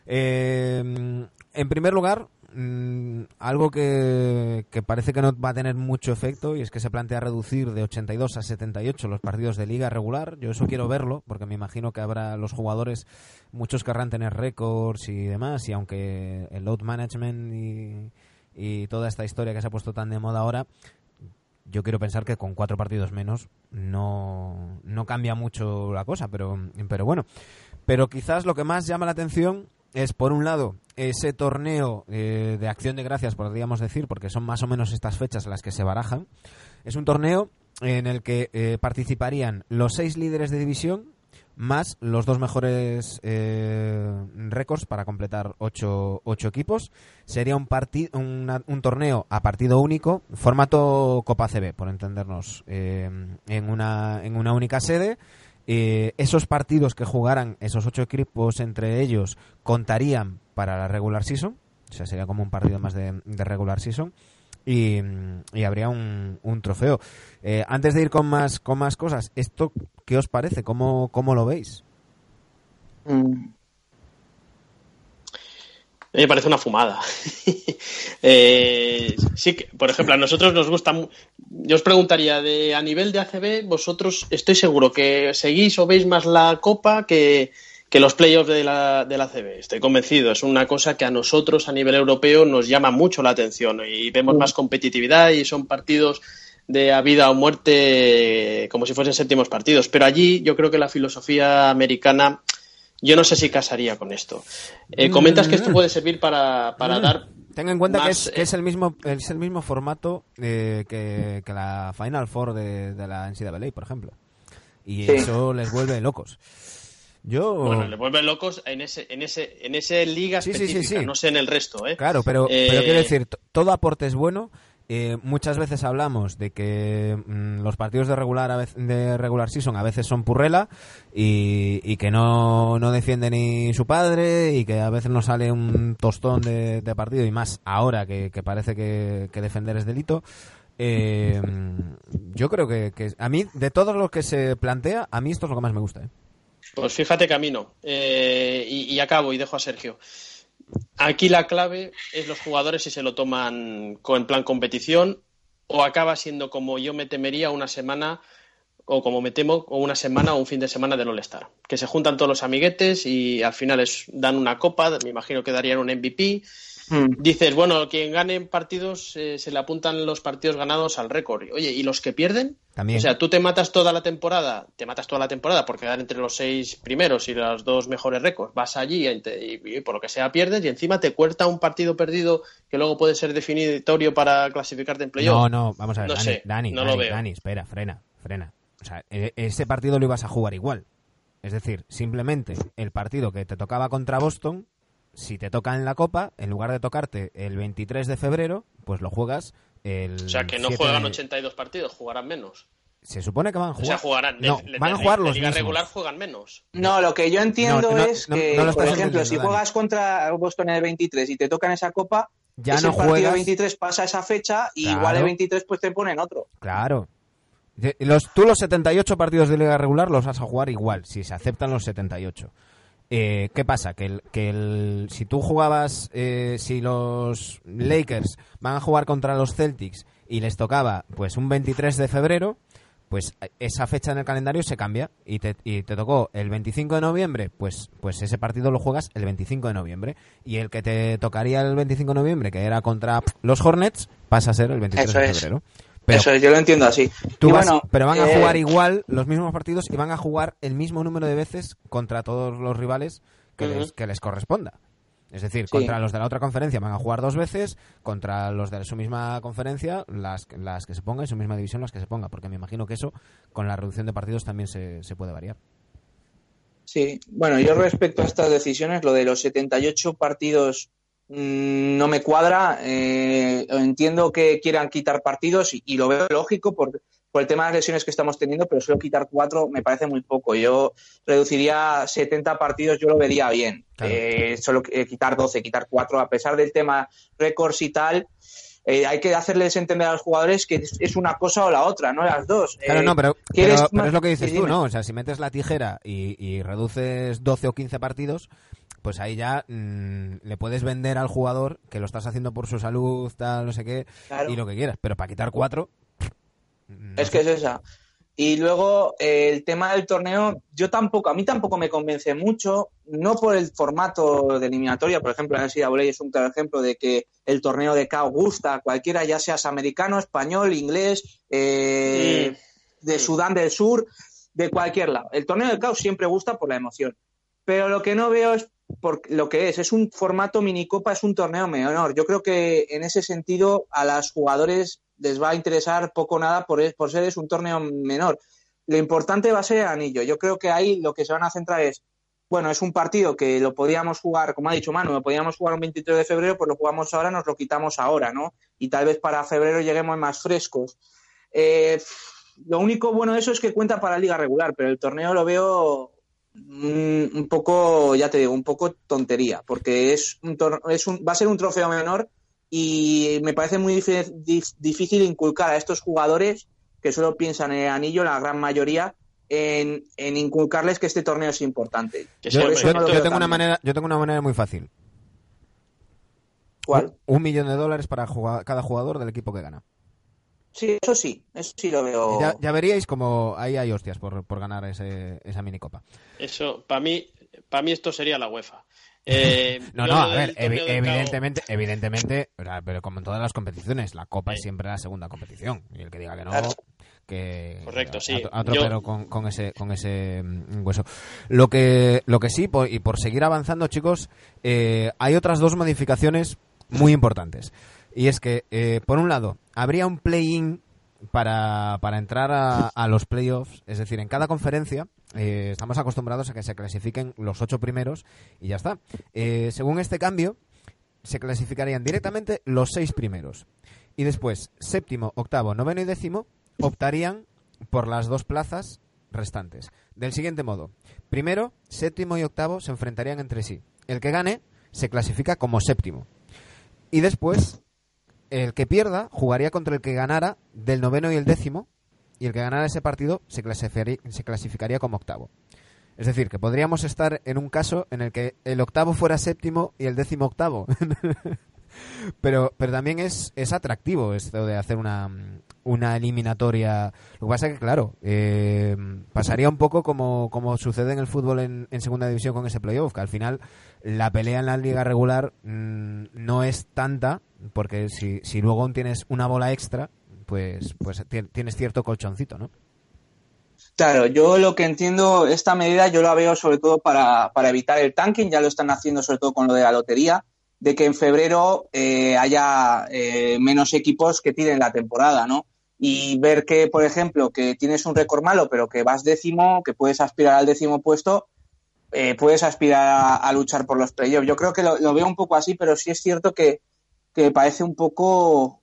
En primer lugar, algo que parece que no va a tener mucho efecto, y es que se plantea reducir de 82 a 78 los partidos de liga regular. Yo eso quiero verlo, porque me imagino que habrá los jugadores, muchos querrán tener récords y demás, y aunque el load management y toda esta historia que se ha puesto tan de moda ahora, yo quiero pensar que con 4 partidos menos no cambia mucho la cosa, pero bueno. Pero quizás lo que más llama la atención es, por un lado, ese torneo de Acción de Gracias, podríamos decir, porque son más o menos estas fechas en las que se barajan. Es un torneo en el que participarían los 6 líderes de división más los 2 mejores récords para completar 8 equipos. Sería un torneo a partido único, formato Copa CB, por entendernos, en una única sede. Esos partidos que jugaran esos 8 equipos entre ellos contarían para la regular season, o sea, sería como un partido más de regular season, y habría un trofeo. Antes de ir con más cosas, ¿esto qué os parece? ¿Cómo lo veis? Me parece una fumada. Sí que, por ejemplo, a nosotros nos gusta. Yo os preguntaría, a nivel de ACB, vosotros estoy seguro que seguís o veis más la Copa que que los playoffs de la ACB. Estoy convencido, es una cosa que a nosotros a nivel europeo nos llama mucho la atención y vemos más competitividad y son partidos de a vida o muerte como si fuesen séptimos partidos. Pero allí yo creo que la filosofía americana, yo no sé si casaría con esto. Comentas que esto puede servir para dar... Ten en cuenta más, que es el mismo formato que la Final Four de la NCAA, por ejemplo. Y eso les vuelve locos. Bueno, le vuelven locos en ese liga específica, no sé en el resto, ¿eh? Claro, pero quiero decir, todo aporte es bueno. Muchas veces hablamos de que los partidos de regular season a veces son purrela y que no defiende ni su padre y que a veces nos sale un tostón de partido y más ahora que parece que defender es delito. Yo creo que a mí, de todo lo que se plantea, a mí esto es lo que más me gusta, ¿eh? Pues fíjate que a mí no. Y acabo y dejo a Sergio. Aquí la clave es los jugadores si se lo toman en plan competición o acaba siendo como yo me temería una semana o como me temo o una semana o un fin de semana del All-Star. Que se juntan todos los amiguetes y al final dan una copa, me imagino que darían un MVP. Dices, bueno, quien gane partidos se le apuntan los partidos ganados al récord. Oye, ¿y los que pierden? También. O sea, tú te matas toda la temporada por quedar entre los 6 primeros y los 2 mejores récords. Vas allí y por lo que sea pierdes y encima te cuesta un partido perdido que luego puede ser definitorio para clasificarte en playoff. No, vamos a ver, Dani, lo veo. Dani, espera, frena. O sea, ese partido lo ibas a jugar igual. Es decir, simplemente el partido que te tocaba contra Boston, si te toca en la Copa, en lugar de tocarte el 23 de febrero, pues lo juegas el... O sea, que no juegan 82 partidos, jugarán menos. Se supone que van a jugar... O sea, jugarán... van a jugar los liga mismos. regular juegan menos. No, lo que yo entiendo es que, por ejemplo, si Dani. juegas contra Boston en el 23 y te toca en esa Copa, ya ese no partido juegas... 23 pasa esa fecha y igual el 23 pues te ponen otro. Claro. Tú los 78 partidos de liga regular los vas a jugar igual, si se aceptan los 78. ¿Qué pasa? Si tú jugabas, si los Lakers van a jugar contra los Celtics y les tocaba pues un 23 de febrero, pues esa fecha en el calendario se cambia y te tocó el 25 de noviembre, pues ese partido lo juegas el 25 de noviembre y el que te tocaría el 25 de noviembre, que era contra los Hornets, pasa a ser el 23 de febrero. Pero, eso es, yo lo entiendo así. Pero van a jugar igual los mismos partidos y van a jugar el mismo número de veces contra todos los rivales que les corresponda. Es decir, contra los de la otra conferencia van a jugar 2 veces, contra los de su misma conferencia, las que se ponga, y su misma división las que se ponga, porque me imagino que eso, con la reducción de partidos, también se puede variar. Sí, bueno, yo respecto a estas decisiones, lo de los 78 partidos no me cuadra. Entiendo que quieran quitar partidos y lo veo lógico por el tema de las lesiones que estamos teniendo, pero solo quitar 4 me parece muy poco. Yo reduciría 70 partidos, yo lo vería bien. Claro. Solo quitar 12, quitar 4, a pesar del tema récords y tal. Hay que hacerles entender a los jugadores que es una cosa o la otra, no las dos. Claro, pero es lo que dices tú, ¿no? O sea, si metes la tijera y reduces 12 o 15 partidos, pues ahí ya le puedes vender al jugador que lo estás haciendo por su salud, tal, no sé qué, claro, y lo que quieras. Pero para quitar 4... Es que es esa. Y luego el tema del torneo, a mí tampoco me convence mucho, no por el formato de eliminatoria, por ejemplo, en el NCAA es un claro ejemplo de que el torneo de KO gusta a cualquiera, ya seas americano, español, inglés, de Sudán del Sur, de cualquier lado. El torneo de KO siempre gusta por la emoción, pero lo que no veo es por lo que es un formato minicopa, es un torneo menor. Yo creo que en ese sentido a los jugadores les va a interesar poco o nada por ser un torneo menor. Lo importante va a ser el anillo. Yo creo que ahí lo que se van a centrar es, bueno, es un partido que lo podíamos jugar, como ha dicho Manu, lo podíamos jugar un 23 de febrero, pues lo jugamos ahora, nos lo quitamos ahora, ¿no? Y tal vez para febrero lleguemos más frescos. Lo único bueno de eso es que cuenta para la liga regular, pero el torneo lo veo un poco, ya te digo, un poco tontería, porque va a ser un trofeo menor. Y me parece muy difícil inculcar a estos jugadores que solo piensan en el anillo, la gran mayoría, en inculcarles que este torneo es importante. Yo tengo una manera muy fácil. ¿Cuál? $1 millón para cada jugador del equipo que gana. Sí, eso sí lo veo. Ya veríais como ahí hay hostias por ganar esa minicopa. Eso, para mí, Para mí esto sería la UEFA. A ver, evidentemente, pero como en todas las competiciones, la Copa es siempre la segunda competición. Y el que diga que no, que correcto, sí. A otro pero con ese hueso. Lo que sí, y por seguir avanzando, chicos, hay otras dos modificaciones muy importantes. Y es que, por un lado, habría un play-in para entrar a los playoffs, es decir, en cada conferencia estamos acostumbrados a que se clasifiquen los 8 primeros y ya está. Según este cambio, se clasificarían directamente los 6 primeros y después 7º, 8º, 9º y 10º optarían por las 2 plazas restantes. Del siguiente modo: primero, 7º y 8º se enfrentarían entre sí. El que gane se clasifica como 7º y después el que pierda jugaría contra el que ganara del 9º y el 10º, y el que ganara ese partido se clasificaría como 8º. Es decir, que podríamos estar en un caso en el que el 8º fuera 7º y el 10º 8º. pero también es atractivo esto de hacer una eliminatoria. Lo que pasa es que, claro, pasaría un poco como sucede en el fútbol en segunda división con ese playoff, que al final la pelea en la liga regular no es tanta, porque si luego aún tienes una bola extra, pues tienes cierto colchoncito, ¿no? Claro, yo lo que entiendo, esta medida yo la veo sobre todo para evitar el tanking, ya lo están haciendo sobre todo con lo de la lotería, de que en febrero haya menos equipos que tiren la temporada, ¿no? Y ver que, por ejemplo, que tienes un récord malo, pero que vas 10º, que puedes aspirar al 10º puesto, puedes aspirar a luchar por los playoffs. Yo creo que lo veo un poco así, pero sí es cierto que parece un poco...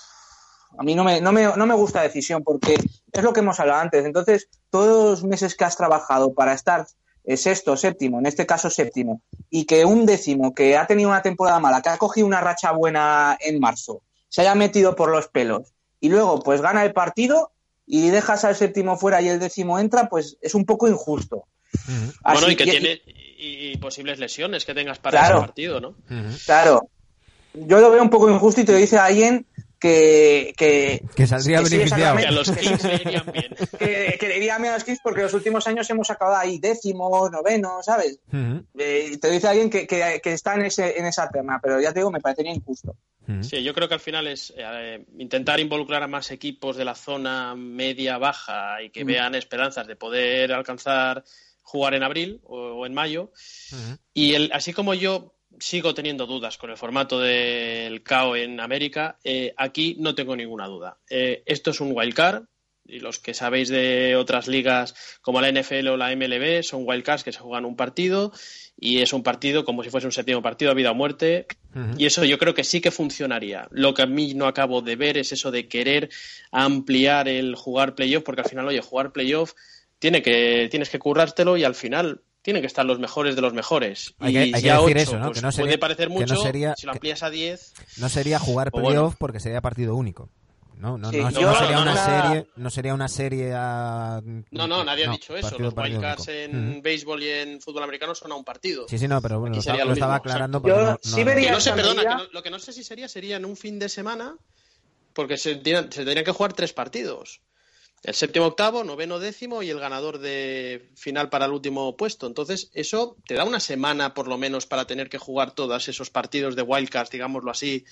A mí no me gusta la decisión, porque es lo que hemos hablado antes. Entonces, todos los meses que has trabajado para estar 6º, 7º, en este caso 7º, y que un 10º que ha tenido una temporada mala, que ha cogido una racha buena en marzo, se haya metido por los pelos, y luego pues gana el partido y dejas al 7º fuera y el 10º entra, pues es un poco injusto. Uh-huh. Bueno, y que tiene y posibles lesiones que tengas para ese partido, ¿no? Uh-huh. Claro. Yo lo veo un poco injusto, y te lo dice alguien que saldría beneficiado. Que a los Kings le irían bien. Que le irían bien a los Kings, porque los últimos años hemos acabado ahí 10º, 9º, ¿sabes? Uh-huh. Te lo dice alguien que está en esa terna, pero ya te digo, me parecería injusto. Uh-huh. Sí, yo creo que al final es intentar involucrar a más equipos de la zona media-baja y que vean esperanzas de poder alcanzar jugar en abril o en mayo. Uh-huh. Y así como yo sigo teniendo dudas con el formato del KO en América, aquí no tengo ninguna duda. Esto es un wildcard, y los que sabéis de otras ligas como la NFL o la MLB son wildcards que se juegan un partido, y es un partido como si fuese un 7º partido a vida o muerte. Uh-huh. Y eso yo creo que sí que funcionaría. Lo que a mí no acabo de ver es eso de querer ampliar el jugar playoff, porque al final, oye, jugar playoff tienes que currártelo, y al final tienen que estar los mejores de los mejores. Hay que decir 8, eso, ¿no? Pues que no sería, puede parecer mucho, no sería, si lo amplías a 10... No sería jugar playoff, bueno, porque sería partido único. No sería una serie a... No, nadie ha dicho eso. Los wildcards en béisbol y en fútbol americano son a un partido. Sí, no, pero bueno, lo estaba aclarando. Lo que no sé si sería en un fin de semana, porque se tendrían que jugar 3 partidos. El 7º, 8º, 9º, 10º y el ganador de final para el último puesto. Entonces, eso te da una semana por lo menos para tener que jugar todos esos partidos de wildcards, digámoslo así.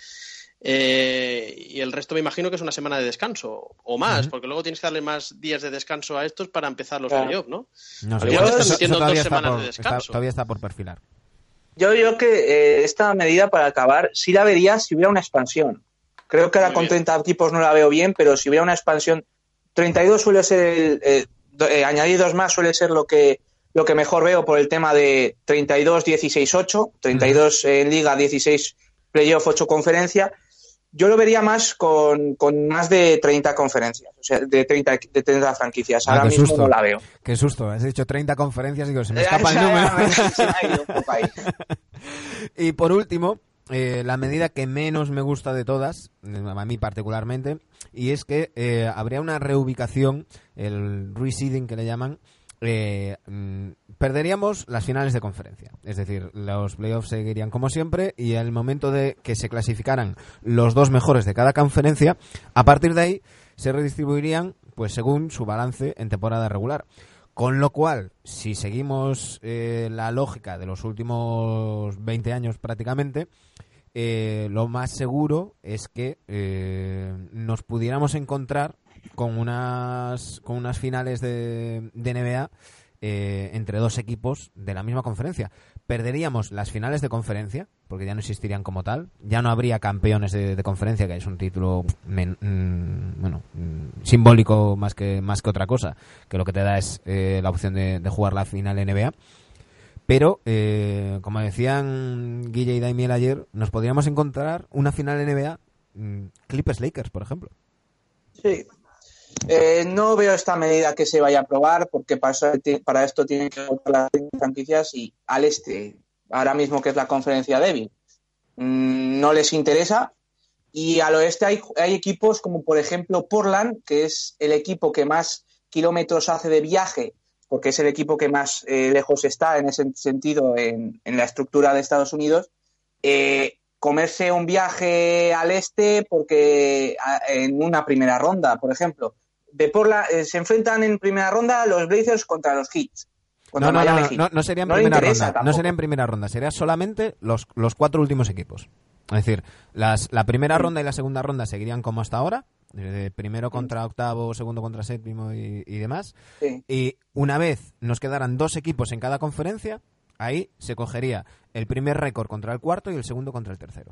Y el resto me imagino que es una semana de descanso o más, uh-huh, porque luego tienes que darle más días de descanso a estos para empezar los playoffs, ¿no? No sé, igual te estás metiendo 2 semanas de descanso. Todavía está por perfilar. Yo creo que esta medida, para acabar, sí la vería si hubiera una expansión. Creo que ahora con 30 equipos no la veo bien, pero si hubiera una expansión, 32 suele ser añadir 2 más suele ser lo que mejor veo, por el tema de 32, 16, 8, 32 en liga, 16 playoff, 8 conferencia. Yo lo vería más con más de 30 conferencias, o sea, de 30 franquicias. Ahora mismo susto. No la veo. Qué susto, has dicho 30 conferencias y digo, se me escapa el número. Se me ha ido un poco ahí. Y por último, la medida que menos me gusta de todas, a mí particularmente, y es que habría una reubicación, el reseeding que le llaman. Perderíamos las finales de conferencia, es decir, los playoffs seguirían como siempre, y al momento de que se clasificaran los 2 mejores de cada conferencia, a partir de ahí se redistribuirían pues según su balance en temporada regular. Con lo cual, si seguimos la lógica de los últimos 20 años prácticamente, lo más seguro es que nos pudiéramos encontrar con unas finales de NBA entre dos equipos de la misma conferencia. Perderíamos las finales de conferencia, porque ya no existirían como tal. Ya no habría campeones de conferencia, que es un título simbólico más que otra cosa, que lo que te da es la opción de jugar la final NBA. Pero, como decían Guille y Daimiel ayer, nos podríamos encontrar una final NBA Clippers-Lakers, por ejemplo. Sí. No veo esta medida que se vaya a aprobar, porque para esto tienen que votar las franquicias, y al este, ahora mismo que es la conferencia débil, no les interesa. Y al oeste hay equipos como, por ejemplo, Portland, que es el equipo que más kilómetros hace de viaje, porque es el equipo que más lejos está en ese sentido en la estructura de Estados Unidos. Comerse un viaje al este porque en una primera ronda, por ejemplo, de Portland, se enfrentan en primera ronda los Blazers contra los Heat. No sería en primera ronda. Tampoco. No sería en primera ronda, sería solamente los 4 últimos equipos. Es decir, la primera ronda y la segunda ronda seguirían como hasta ahora, primero contra octavo, segundo contra séptimo y demás. Sí. Y una vez nos quedaran 2 equipos en cada conferencia, ahí se cogería el primer récord contra el cuarto y el segundo contra el tercero.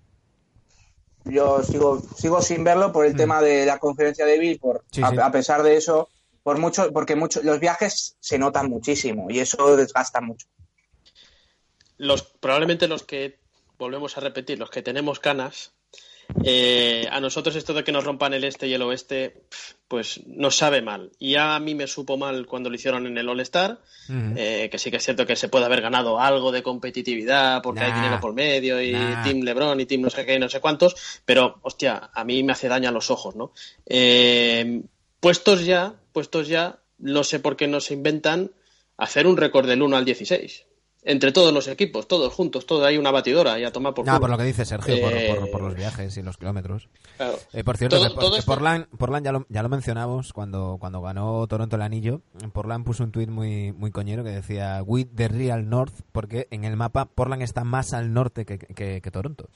Yo sigo sin verlo por el tema de la conferencia débil, a pesar de eso, porque los viajes se notan muchísimo y eso desgasta mucho. Probablemente los que, volvemos a repetir, los que tenemos canas, a nosotros esto de que nos rompan el este y el oeste, pues nos sabe mal. Y a mí me supo mal cuando lo hicieron en el All-Star, que sí que es cierto que se puede haber ganado algo de competitividad porque hay dinero por medio y Team LeBron y Team no sé qué y no sé cuántos, pero hostia, a mí me hace daño a los ojos, ¿no? Puestos ya, no sé por qué no se inventan hacer un récord del 1 al 16. Entre todos los equipos, todos juntos, hay una batidora y a tomar por culo. Por lo que dice Sergio, por los viajes y los kilómetros. Claro. Por cierto, Portland ya lo mencionamos cuando ganó Toronto el anillo. Portland puso un tuit muy, muy coñero que decía "With the real north", porque en el mapa Portland está más al norte que Toronto.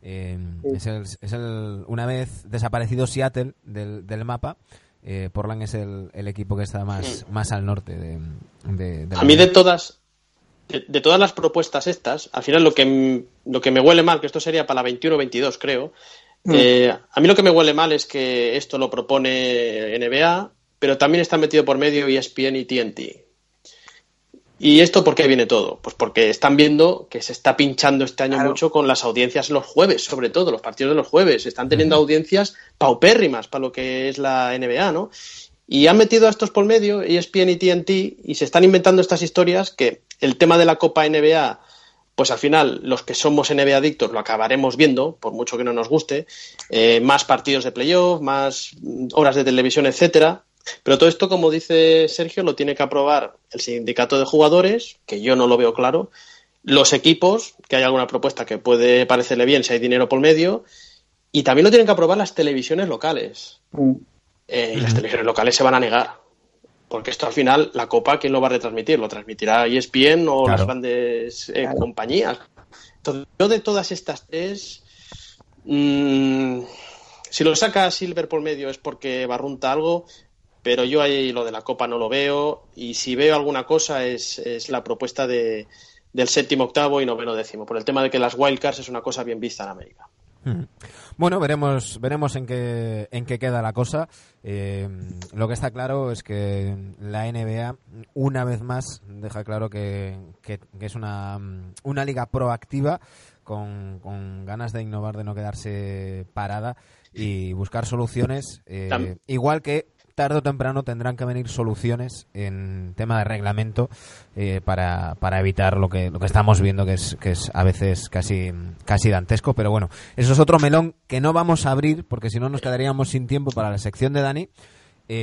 Una vez desaparecido Seattle del mapa, Portland es el equipo que está más al norte de a mí de todas las propuestas estas, al final lo que me huele mal, que esto sería para la 21-22 creo, a mí lo que me huele mal es que esto lo propone NBA, pero también está metido por medio ESPN y TNT. ¿Y esto por qué viene todo? Pues porque están viendo que se está pinchando este año mucho con las audiencias los jueves, sobre todo los partidos de los jueves. Están teniendo audiencias paupérrimas para lo que es la NBA, ¿no? Y han metido a estos por medio, ESPN y TNT, y se están inventando estas historias que el tema de la Copa NBA, pues al final los que somos NBA adictos lo acabaremos viendo, por mucho que no nos guste, más partidos de playoff, más horas de televisión, etcétera. Pero todo esto, como dice Sergio, lo tiene que aprobar el sindicato de jugadores, que yo no lo veo claro, los equipos, que hay alguna propuesta que puede parecerle bien si hay dinero por medio, y también lo tienen que aprobar las televisiones locales. Y las televisiones locales se van a negar, porque esto al final, la Copa, ¿quién lo va a retransmitir? ¿Lo transmitirá ESPN o las grandes compañías? Entonces, yo de todas estas tres, si lo saca Silver por medio es porque barrunta algo, pero yo ahí lo de la Copa no lo veo, y si veo alguna cosa es la propuesta del séptimo, octavo y noveno décimo, por el tema de que las wildcards es una cosa bien vista en América. Bueno, veremos en qué queda la cosa. Lo que está claro es que la NBA una vez más deja claro que es una liga proactiva con ganas de innovar, de no quedarse parada y buscar soluciones, igual que tarde o temprano tendrán que venir soluciones en tema de reglamento para evitar lo que estamos viendo, que es a veces casi dantesco. Pero bueno, eso es otro melón que no vamos a abrir, porque si no nos quedaríamos sin tiempo para la sección de Dani.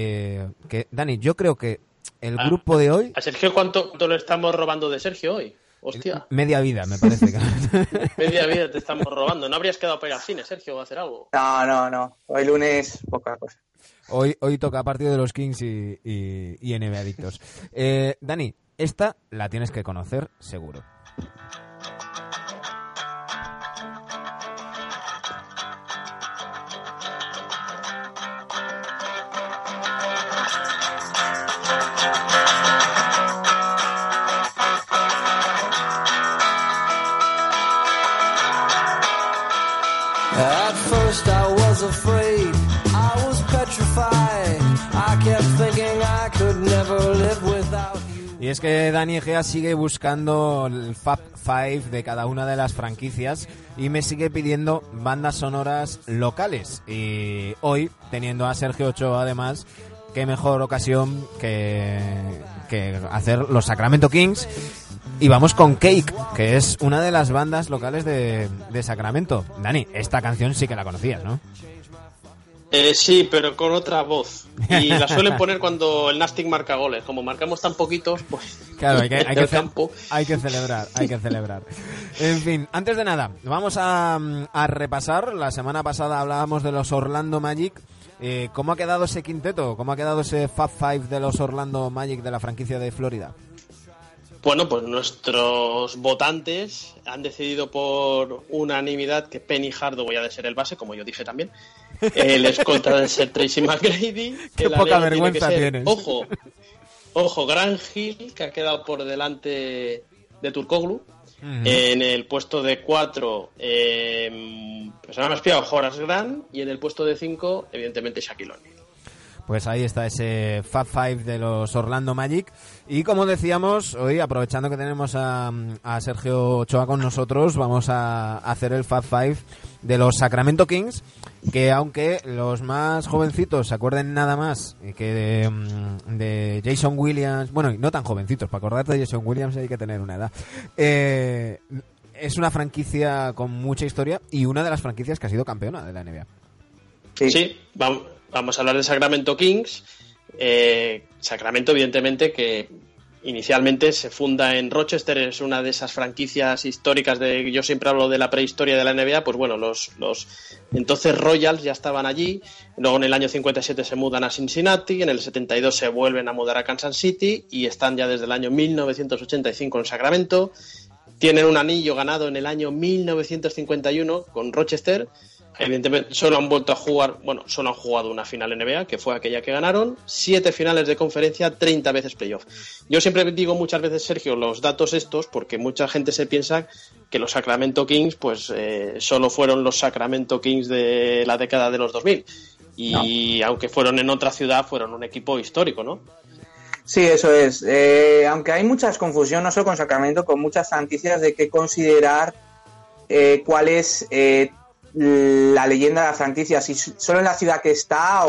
Dani, yo creo que el grupo de hoy... ¿A Sergio cuánto le estamos robando de Sergio hoy? Hostia. Media vida, me parece. Media vida te estamos robando. ¿No habrías quedado para ir al cine, Sergio, o hacer algo? No. Hoy lunes, poca cosa. Hoy toca partido de los Kings y NBA Adictos. Dani, esta la tienes que conocer seguro. At first I was afraid, I was petrified, I kept thinking I could never live without you. Y es que Dani Egea sigue buscando el Fab Five de cada una de las franquicias y me sigue pidiendo bandas sonoras locales. Y hoy, teniendo a Sergio Ochoa además, qué mejor ocasión que hacer los Sacramento Kings. Y vamos con Cake, que es una de las bandas locales de Sacramento. Dani, esta canción sí que la conocías, ¿no? Sí, pero con otra voz. Y la suelen poner cuando el Nastic marca goles. Como marcamos tan poquitos, pues... Claro, hay que celebrar. En fin, antes de nada, vamos a repasar. La semana pasada hablábamos de los Orlando Magic. ¿Cómo ha quedado ese quinteto? ¿Cómo ha quedado ese Fab Five de los Orlando Magic de la franquicia de Florida? Bueno, pues nuestros votantes han decidido por unanimidad que Penny Hardaway ha de ser el base, como yo dije también. El escolta debe ser Tracy McGrady. Qué poca vergüenza tienes. Ojo, Grant Hill, que ha quedado por delante de Turkoglu. Uh-huh. En el puesto de 4, pues me has pillado Horace Grant. Y en el puesto de 5, evidentemente, Shaquille O'Neal. Pues ahí está ese Fab Five de los Orlando Magic. Y como decíamos, hoy, aprovechando que tenemos a Sergio Ochoa con nosotros, vamos a hacer el Fab Five de los Sacramento Kings, que aunque los más jovencitos se acuerden nada más que de Jason Williams, bueno, y no tan jovencitos, para acordarte de Jason Williams hay que tener una edad, es una franquicia con mucha historia y una de las franquicias que ha sido campeona de la NBA. Sí, vamos a hablar de Sacramento Kings. Sacramento, evidentemente, que inicialmente se funda en Rochester, es una de esas franquicias históricas de, yo siempre hablo de la prehistoria de la NBA, pues bueno, los entonces Royals ya estaban allí, luego en el año 57 se mudan a Cincinnati, en el 72 se vuelven a mudar a Kansas City y están ya desde el año 1985 en Sacramento. Tienen un anillo ganado en el año 1951 con Rochester. Evidentemente solo han jugado una final NBA, que fue aquella que ganaron, 7 finales de conferencia, 30 veces playoff. Yo siempre digo muchas veces, Sergio, los datos estos, porque mucha gente se piensa que los Sacramento Kings pues solo fueron los Sacramento Kings de la década de los 2000. Y no. Aunque fueron en otra ciudad, fueron un equipo histórico, ¿no? Sí, eso es. Aunque hay muchas confusión, no solo con Sacramento, con muchas franquicias de qué considerar cuál es... la leyenda de la franquicia, si solo en la ciudad que está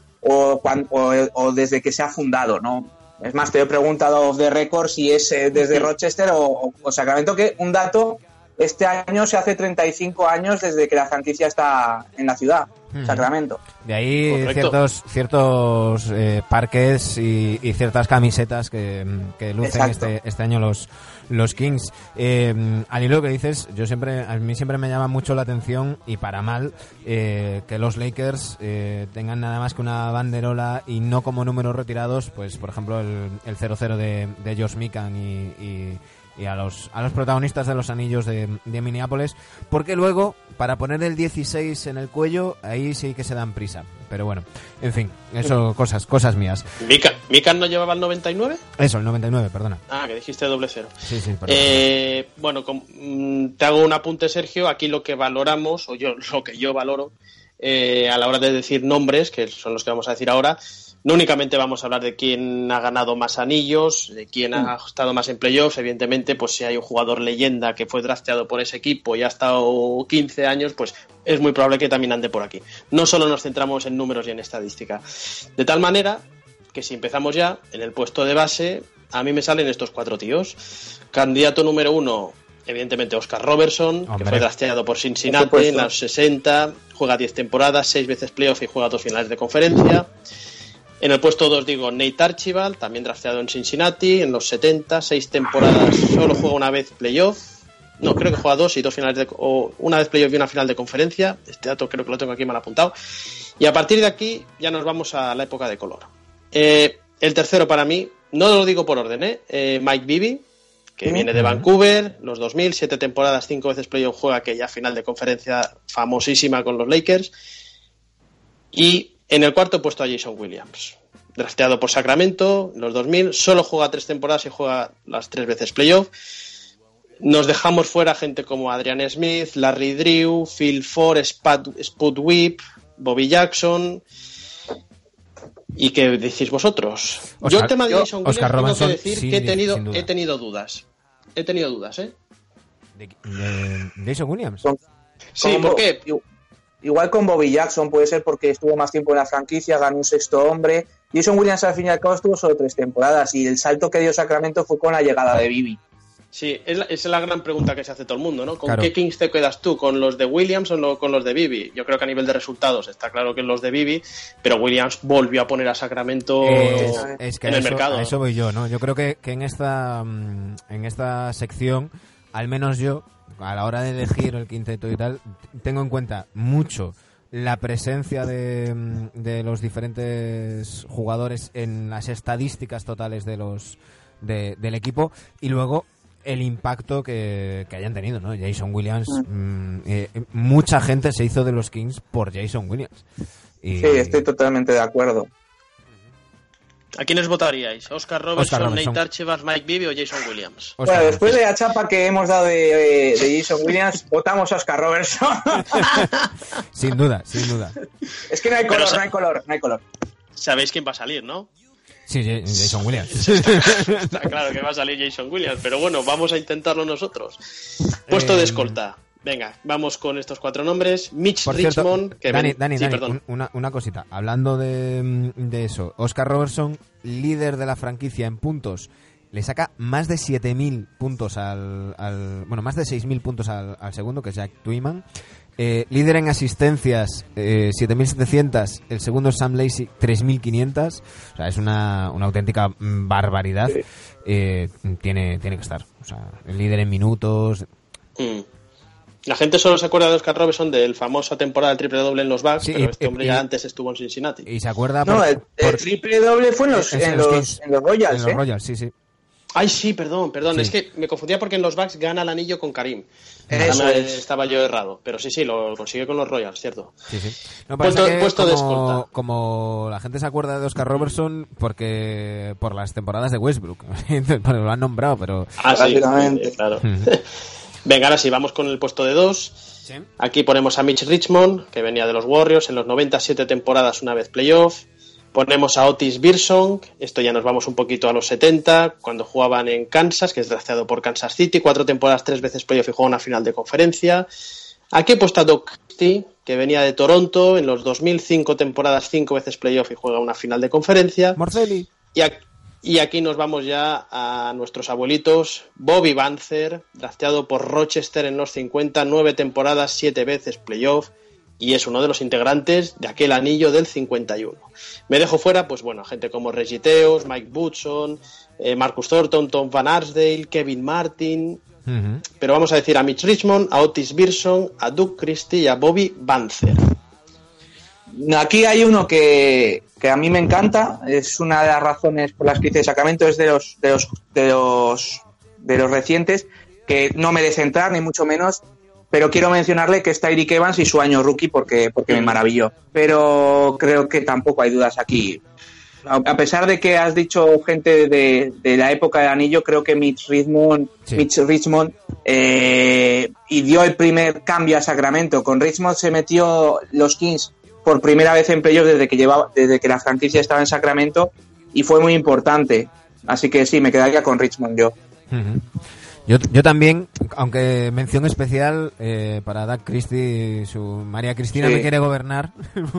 o desde que se ha fundado, ¿no? Es más, te he preguntado off the record si es desde Rochester o Sacramento, que un dato, este año se hace 35 años desde que la franquicia está en la ciudad, Sacramento. De ahí ciertos parques y ciertas camisetas que lucen este año los Kings. Al hilo que dices, a mí siempre me llama mucho la atención, y para mal, que los Lakers tengan nada más que una banderola y no como números retirados, pues por ejemplo el 0-0 de Josh Mikan y a los protagonistas de los anillos de Minneapolis, porque luego para poner el 16 en el cuello ahí sí que se dan prisa, pero bueno, en fin, eso cosas mías. ¿Mikan no llevaba el 99? Eso, el 99, perdona. Que dijiste 0-0. Sí, perdona. Bueno, te hago un apunte, Sergio. Aquí lo que valoramos, lo que yo valoro a la hora de decir nombres, que son los que vamos a decir ahora, no únicamente vamos a hablar de quién ha ganado más anillos, de quién ha estado más en playoffs. Evidentemente, pues si hay un jugador leyenda que fue drafteado por ese equipo y ha estado 15 años, pues es muy probable que también ande por aquí. No solo nos centramos en números y en estadística. De tal manera que si empezamos ya, en el puesto de base, a mí me salen estos 4 tíos. Candidato número 1, evidentemente Oscar Robertson, que fue drafteado por Cincinnati en los 60, juega 10 temporadas, 6 veces playoff y juega 2 finales de conferencia. En el puesto 2 digo Nate Archibald, también drafteado en Cincinnati, en los 70, 6 temporadas, solo juega una vez playoff. No, creo que juega 2 y 2 finales o una vez playoff y una final de conferencia. Este dato creo que lo tengo aquí mal apuntado. Y a partir de aquí ya nos vamos a la época de color. El tercero para mí, no lo digo por orden, Mike Bibby, que viene de Vancouver, los 2000, 7 temporadas, 5 veces playoff, juega aquella final de conferencia famosísima con los Lakers. Y en el cuarto he puesto a Jason Williams, drafteado por Sacramento, los 2000, solo juega 3 temporadas y juega las 3 veces playoff. Nos dejamos fuera gente como Adrian Smith, Larry Drew, Phil Ford, Spud Whip, Bobby Jackson. ¿Y qué decís vosotros? Yo el tema de Jason Williams tengo que decir que he tenido dudas. He tenido dudas, ¿eh? ¿De Jason Williams? Sí, ¿por qué? Igual con Bobby Jackson puede ser porque estuvo más tiempo en la franquicia, ganó un sexto hombre. Jason Williams al fin y al cabo estuvo solo 3 temporadas y el salto que dio Sacramento fue con la llegada de Bibby. Sí, es la gran pregunta que se hace todo el mundo, ¿no? ¿Con claro. qué Kings te quedas tú? ¿Con los de Williams o con los de Bibby? Yo creo que a nivel de resultados está claro que los de Bibby, pero Williams volvió a poner a Sacramento es que en el mercado. A eso voy yo, ¿no? Yo creo que en esta sección, al menos yo, a la hora de elegir el quinteto y tal, tengo en cuenta mucho la presencia de los diferentes jugadores en las estadísticas totales del equipo y luego el impacto que hayan tenido, ¿no? Jason Williams, mucha gente se hizo de los Kings por Jason Williams. Sí, estoy totalmente de acuerdo. ¿A quiénes votaríais? ¿Oscar Robertson, Nate Archibald, Mike Bibby o Jason Williams? Bueno, después de la chapa que hemos dado de Jason Williams, votamos a Oscar Robertson. Sin duda. Es que no hay color. Sabéis quién va a salir, ¿no? Sí, Jason Williams. Está claro que va a salir Jason Williams, pero bueno, vamos a intentarlo nosotros. Puesto de escolta. Venga, vamos con estos 4 nombres. Mitch Richmond. Dani, una cosita. Hablando de eso, Oscar Robertson, líder de la franquicia en puntos, le saca más de 7.000 puntos más de 6.000 puntos al segundo, que es Jack Twyman. Líder en asistencias, 7.700. El segundo es Sam Lacey, 3.500. O sea, es una auténtica barbaridad. Sí. Tiene que estar. O sea, el líder en minutos. La gente solo se acuerda de Oscar Robertson de la famosa temporada del triple doble en los Bucks, sí, pero este hombre ya antes estuvo en Cincinnati. Y se acuerda el triple doble fue en los Royals. En los Royals, sí. Ay, sí, perdón. Sí. Es que me confundía porque en los Bucks gana el anillo con Karim. Estaba yo errado. Pero sí, lo consigue con los Royals, cierto. Sí. No, puesto de escolta. Como la gente se acuerda de Oscar Robertson porque por las temporadas de Westbrook. Lo han nombrado, pero... sí, claro. Venga, ahora sí, vamos con el puesto de 2. Sí. Aquí ponemos a Mitch Richmond, que venía de los Warriors, en los 97 temporadas una vez playoff. Ponemos a Otis Birdsong, esto ya nos vamos un poquito a los 70, cuando jugaban en Kansas, que es drafteado por Kansas City, 4 temporadas, 3 veces playoff y juega una final de conferencia. Aquí he puesto a Doug Christie, que venía de Toronto, en los 2005 temporadas, 5 veces playoff y juega una final de conferencia. Morcelli. Y aquí nos vamos ya a nuestros abuelitos. Bobby Banzer, drafteado por Rochester en los 50, 9 temporadas, 7 veces playoff, y es uno de los integrantes de aquel anillo del 51. Me dejo fuera, pues bueno, gente como Reggie Theus, Mike Woodson, Marcus Thornton, Tom Van Arsdale, Kevin Martin. Pero vamos a decir a Mitch Richmond, a Otis Birdsong, a Doug Christie y a Bobby Banzer. Aquí hay uno que a mí me encanta, es una de las razones por las que hice Sacramento, es de los recientes, que no merece entrar ni mucho menos, pero quiero mencionarle que está Tyreek Evans y su año rookie porque me maravilló. Pero creo que tampoco hay dudas aquí. A pesar de que has dicho gente de la época del anillo, creo que Mitch Richmond y dio el primer cambio a Sacramento. Con Richmond se metió los Kings por primera vez en playoffs desde que la franquicia estaba en Sacramento y fue muy importante. Así que sí, me quedaría con Richmond yo. Yo también, aunque mención especial para Doug Christie, su María Cristina me quiere gobernar.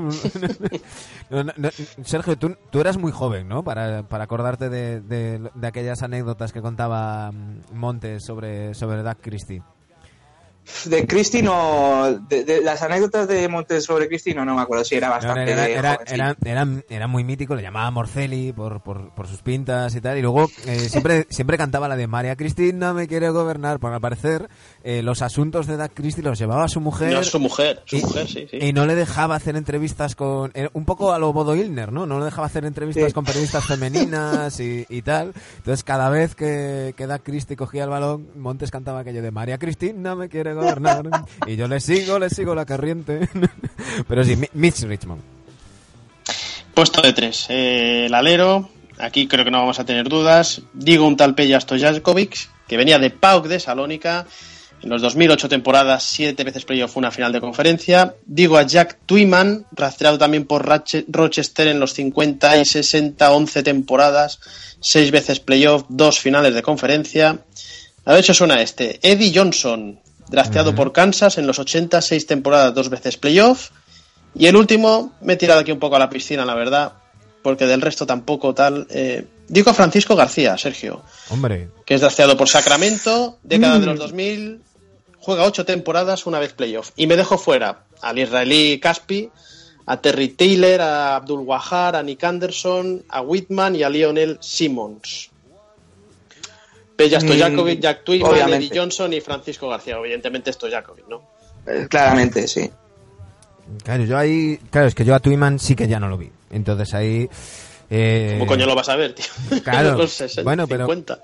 Sergio, tú eras muy joven, ¿no? Para acordarte de aquellas anécdotas que contaba Montes sobre Doug Christie. De Christie no... De las anécdotas de Montes sobre Christie no me acuerdo. Sí, era bastante... Era muy mítico, le llamaba Morcelli por sus pintas y tal. Y luego siempre cantaba la de María Cristina me quiere gobernar. Porque al parecer los asuntos de Doug Christie los llevaba su mujer. No, su mujer, sí. Y no le dejaba hacer entrevistas con... un poco a lo Bodo Illner, ¿no? No le dejaba hacer entrevistas con periodistas femeninas y tal. Entonces cada vez que Doug Christie cogía el balón, Montes cantaba aquello de María Cristina me quiere gobernar y yo le sigo la corriente. Pero sí, Mitch Richmond. Puesto de 3, el alero, aquí creo que no vamos a tener dudas. Digo un tal Peja Stojakovic, que venía de PAOK de Salónica, en los 2008 temporadas, 7 veces playoff, una final de conferencia. Digo a Jack Twyman, rastreado también por Rochester en los 50 y 60, 11 temporadas, 6 veces playoff, 2 finales de conferencia. A ver, hecho suena este. Eddie Johnson, drafteado por Kansas en los 80, 6 temporadas, 2 veces playoff. Y el último, me he tirado aquí un poco a la piscina, la verdad, porque del resto tampoco tal. Digo a Francisco García, Sergio. Hombre. Que es drafteado por Sacramento, década de los 2000, juega 8 temporadas, una vez playoff. Y me dejo fuera al israelí Caspi, a Terry Taylor, a Abdul Wahar, a Nick Anderson, a Whitman y a Lionel Simmons. Peja Stojakovic, Jack Twyman, Eddie Johnson y Francisco García. Evidentemente Stojakovic, ¿no? Claramente, sí. Claro, es que yo a Twyman sí que ya no lo vi. Entonces ahí... ¿Cómo coño lo vas a ver, tío? Claro, Los 60, bueno, 50.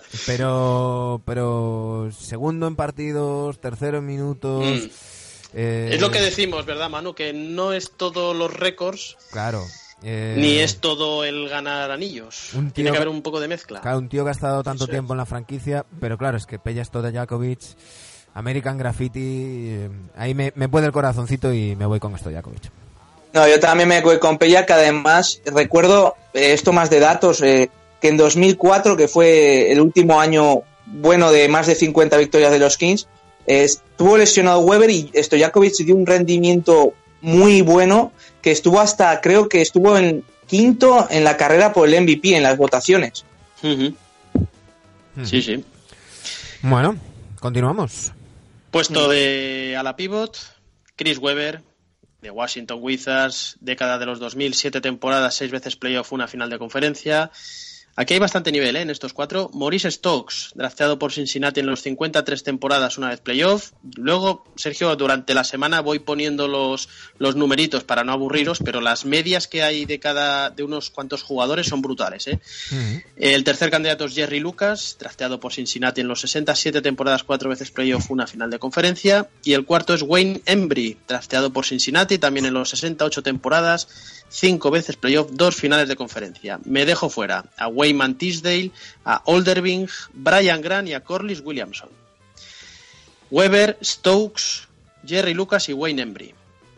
pero segundo en partidos, tercero en minutos... Es lo que decimos, ¿verdad, Manu? Que no es todo los récords. Claro. Ni es todo el ganar anillos. Tiene que haber un poco de mezcla. Claro, un tío que ha estado tanto tiempo en la franquicia, pero claro, es que Peja Stojakovic, American Graffiti, ahí me puede el corazoncito y me voy con Stojakovic. No, yo también me voy con Peja, que además recuerdo, esto más de datos, que en 2004, que fue el último año bueno de más de 50 victorias de los Kings, estuvo lesionado Weber y Stojakovic dio un rendimiento muy bueno, que estuvo creo que estuvo en quinto en la carrera por el MVP en las votaciones. Sí. Bueno, continuamos. Puesto de ala pivot, Chris Webber, de Washington Wizards, década de los 2000, 7 temporadas, 6 veces playoff, una final de conferencia. Aquí hay bastante nivel, en estos 4. Maurice Stokes, drafteado por Cincinnati en los 50, 3 temporadas, una vez playoff. Luego, Sergio, durante la semana voy poniendo los numeritos para no aburriros, pero las medias que hay de unos cuantos jugadores son brutales, ¿eh? El tercer candidato es Jerry Lucas, drafteado por Cincinnati en los 67 temporadas, 4 veces playoff, una final de conferencia. Y el cuarto es Wayne Embry, drafteado por Cincinnati, también en los 68 temporadas, 5 veces playoff, 2 finales de conferencia. Me dejo fuera a Wayman Tisdale, a Olderbing, Brian Grant y a Corliss Williamson. Webber, Stokes, Jerry Lucas y Wayne Embry.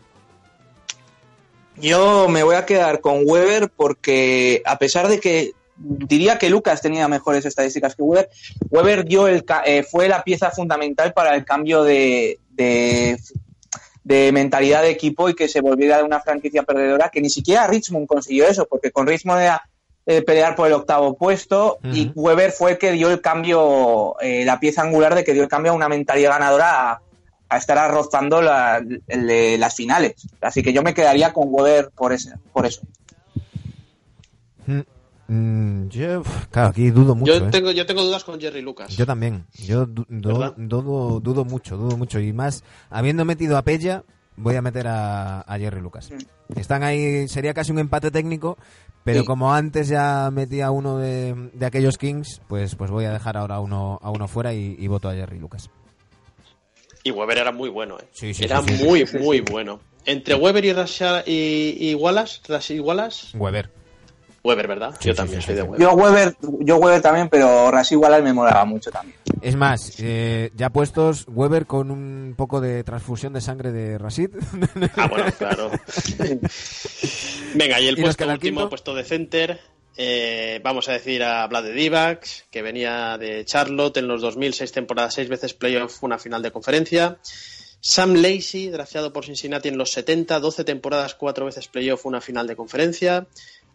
Yo me voy a quedar con Webber porque, a pesar de que diría que Lucas tenía mejores estadísticas que Webber fue la pieza fundamental para el cambio de mentalidad de equipo y que se volviera una franquicia perdedora, que ni siquiera Richmond consiguió eso, porque con Richmond era pelear por el 8º puesto y Webber fue el que dio el cambio, la pieza angular de que dio el cambio a una mentalidad ganadora a estar rozando las finales. Así que yo me quedaría con Webber por eso. Yo, claro, aquí dudo mucho. Yo tengo dudas con Jerry Lucas. Yo también. Yo dudo mucho. Y más, habiendo metido a Peja, voy a meter a Jerry Lucas. Están ahí, sería casi un empate técnico, pero como antes ya metí a uno de aquellos Kings, pues voy a dejar ahora a uno fuera y voto a Jerry Lucas. Y Webber era muy bueno, ¿eh? Sí, era muy bueno. Entre Webber y Wallace, Webber, ¿verdad? Sí, yo también soy de Webber. Yo Webber también, pero Rasheed Wallace me molaba mucho también. Es más, ya puestos, Webber con un poco de transfusión de sangre de Rasheed. Bueno, claro. Venga, y el puesto último, puesto de center, vamos a decir a Vlade Divac, que venía de Charlotte en los 2006 temporadas, 6 veces playoff, una final de conferencia. Sam Lacey, drafteado por Cincinnati en los 70, 12 temporadas, 4 veces playoff, una final de conferencia.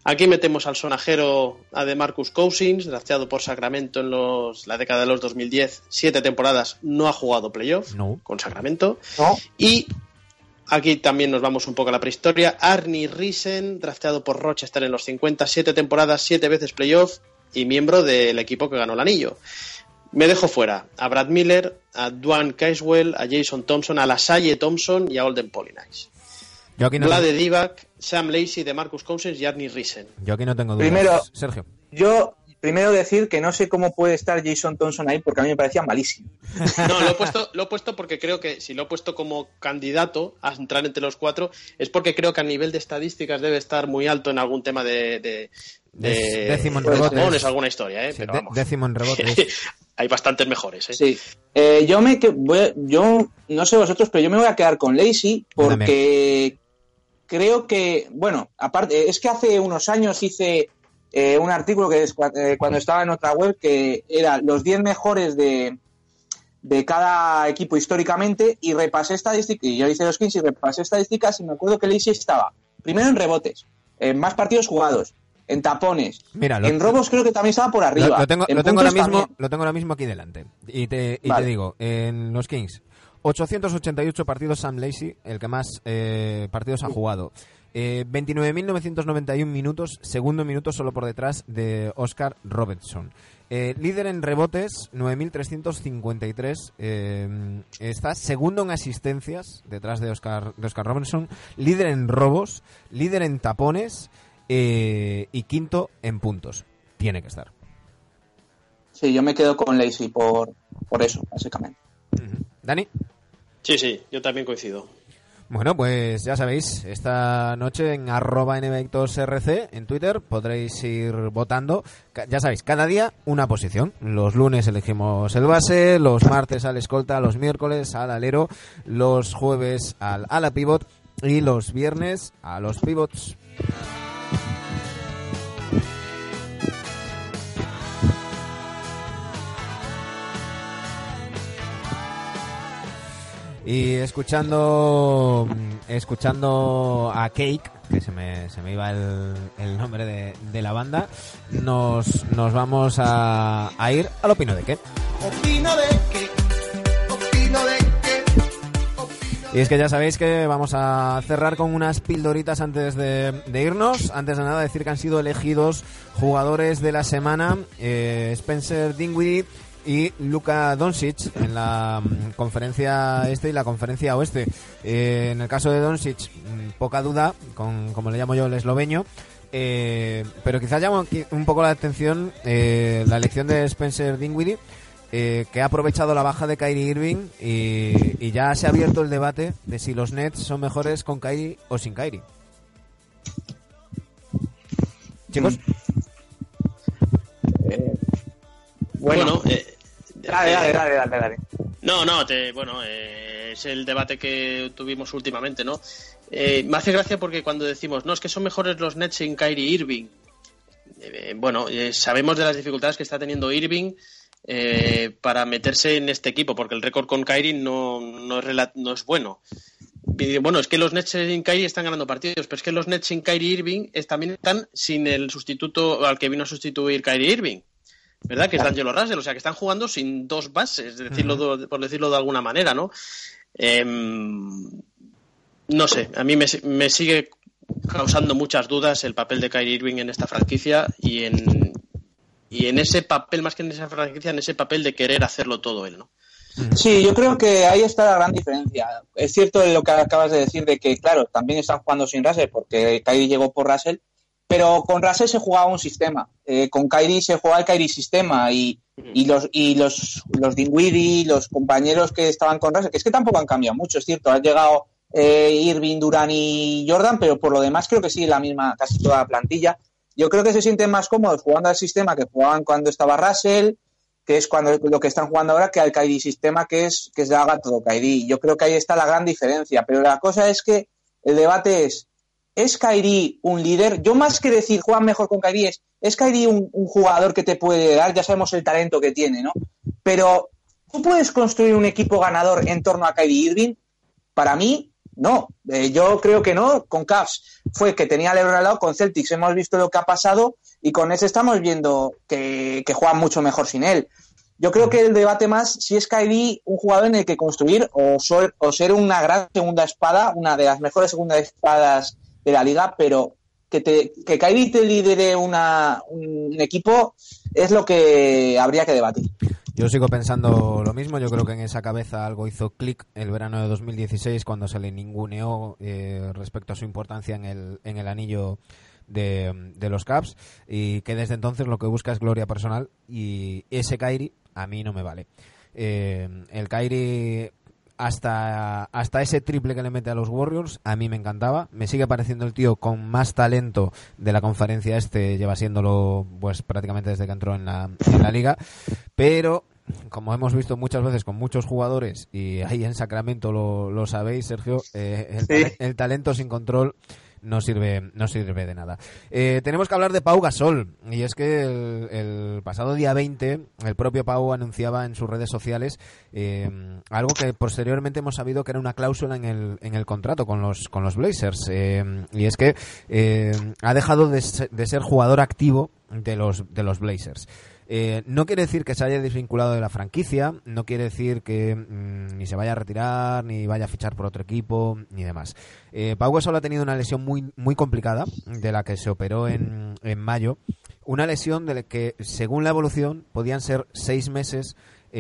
Aquí metemos al sonajero a DeMarcus Cousins, drafteado por Sacramento en la década de los 2010, 7 temporadas, no ha jugado playoff con Sacramento. No. Y aquí también nos vamos un poco a la prehistoria. Arnie Risen, drafteado por Rochester en los 50, 7 temporadas, 7 veces playoff y miembro del equipo que ganó el anillo. Me dejo fuera a Brad Miller, a Dwayne Caswell, a Jason Thompson, a Lasalle Thompson y a Olden Polynice. Vlade Divac, Sam Lacey, DeMarcus Cousins y Arnie Risen. Yo aquí no tengo dudas. Primero, Sergio. Yo primero decir que no sé cómo puede estar Jason Thompson ahí porque a mí me parecía malísimo. No, lo he puesto porque creo que si lo he puesto como candidato a entrar entre los 4 es porque creo que a nivel de estadísticas debe estar muy alto en algún tema de décimo en rebotes. Alguna historia, sí, pero vamos. Décimo en rebotes. Hay bastantes mejores, Sí. Yo no sé vosotros, pero yo me voy a quedar con Lacey porque creo que, bueno, aparte, es que hace unos años hice un artículo que es cuando estaba en otra web que era los 10 mejores de cada equipo históricamente y repasé estadísticas, y yo hice los Kings y repasé estadísticas y me acuerdo que Lacey estaba primero en rebotes, en más partidos jugados, en tapones, en robos creo que también estaba por arriba. Lo tengo ahora mismo aquí delante y te digo, en los Kings 888 partidos Sam Lacey, el que más partidos ha jugado. 29.991 minutos, segundo minuto solo por detrás de Oscar Robertson. Líder en rebotes, 9.353. Está segundo en asistencias, detrás de Oscar Robertson. Líder en robos, líder en tapones y quinto en puntos. Tiene que estar. Sí, yo me quedo con Lacey por eso, básicamente. ¿Dani? Sí, yo también coincido. Bueno, pues ya sabéis, esta noche en @nbactorsrc en Twitter podréis ir votando. Ya sabéis, cada día una posición. Los lunes elegimos el base, los martes al escolta, los miércoles al alero, los jueves al ala pivot y los viernes a los pivots. Y escuchando a Cake, que se me iba el nombre de la banda, nos vamos a ir al Opino de qué. Opino de qué. Y es que ya sabéis que vamos a cerrar con unas pildoritas antes de irnos. Antes de nada decir que han sido elegidos jugadores de la semana Spencer Dinwiddie y Luka Doncic en la conferencia este y la conferencia oeste. En el caso de Doncic, poca duda, como le llamo yo, el esloveno. Pero quizás llama un poco la atención la elección de Spencer Dinwiddie, que ha aprovechado la baja de Kyrie Irving y ya se ha abierto el debate de si los Nets son mejores con Kyrie o sin Kyrie. Chicos. Bueno, dale. No, es el debate que tuvimos últimamente, ¿no? Me hace gracia porque cuando decimos, no, es que son mejores los Nets sin Kyrie Irving. Sabemos de las dificultades que está teniendo Irving para meterse en este equipo, porque el récord con Kyrie no es bueno. Bueno, es que los Nets sin Kyrie están ganando partidos, pero es que los Nets sin Kyrie Irving también están sin el sustituto al que vino a sustituir Kyrie Irving, ¿verdad? Que es D'Angelo Russell, o sea que están jugando sin dos bases, por decirlo de alguna manera, ¿no? No sé, a mí me sigue causando muchas dudas el papel de Kyrie Irving en esta franquicia y en ese papel, más que en esa franquicia, en ese papel de querer hacerlo todo él, ¿no? Sí, yo creo que ahí está la gran diferencia. Es cierto lo que acabas de decir de que, claro, también están jugando sin Russell porque Kyrie llegó por Russell, pero con Russell se jugaba un sistema. Con Kyrie se jugaba el Kyrie sistema y los Dinwiddie, los compañeros que estaban con Russell, que es que tampoco han cambiado mucho, es cierto. Han llegado Irving, Durant y Jordan, pero por lo demás creo que sí, la misma, casi toda la plantilla. Yo creo que se sienten más cómodos jugando al sistema que jugaban cuando estaba Russell, que es cuando lo que están jugando ahora, que al Kyrie sistema, que es haga todo Kyrie. Yo creo que ahí está la gran diferencia. Pero la cosa es que el debate ¿es Kyrie un líder? Yo más que decir juegan mejor con Kyrie, ¿es Kyrie un jugador que te puede dar? Ya sabemos el talento que tiene, ¿no? Pero ¿tú puedes construir un equipo ganador en torno a Kyrie Irving? Para mí, No, yo creo que no. Con Cavs fue que tenía a LeBron al lado, con Celtics hemos visto lo que ha pasado y con ese estamos viendo que juegan mucho mejor sin él. Yo creo que el debate más si es Kyrie un jugador en el que construir o ser una gran segunda espada, una de las mejores segundas espadas de la liga, pero que Kyrie te lidere un equipo es lo que habría que debatir. Yo sigo pensando lo mismo. Yo creo que en esa cabeza algo hizo clic el verano de 2016 cuando se le ninguneó respecto a su importancia en el anillo de los Cavs, y que desde entonces lo que busca es gloria personal, y ese Kyrie a mí no me vale. El Kyrie hasta ese triple que le mete a los Warriors a mí me encantaba. Me sigue pareciendo el tío con más talento de la conferencia lleva siéndolo pues prácticamente desde que entró en la liga, pero como hemos visto muchas veces con muchos jugadores, y ahí en Sacramento lo sabéis, Sergio, el talento sin control no sirve de nada. Tenemos que hablar de Pau Gasol, y es que el pasado día 20 el propio Pau anunciaba en sus redes sociales algo que posteriormente hemos sabido que era una cláusula en el contrato con los Blazers, y es que ha dejado de ser jugador activo de los Blazers. No quiere decir que se haya desvinculado de la franquicia, no quiere decir que ni se vaya a retirar, ni vaya a fichar por otro equipo, ni demás. Pau Gasol ha tenido una lesión muy, muy complicada, de la que se operó en mayo. Una lesión de la que, según la evolución, podían ser 6 meses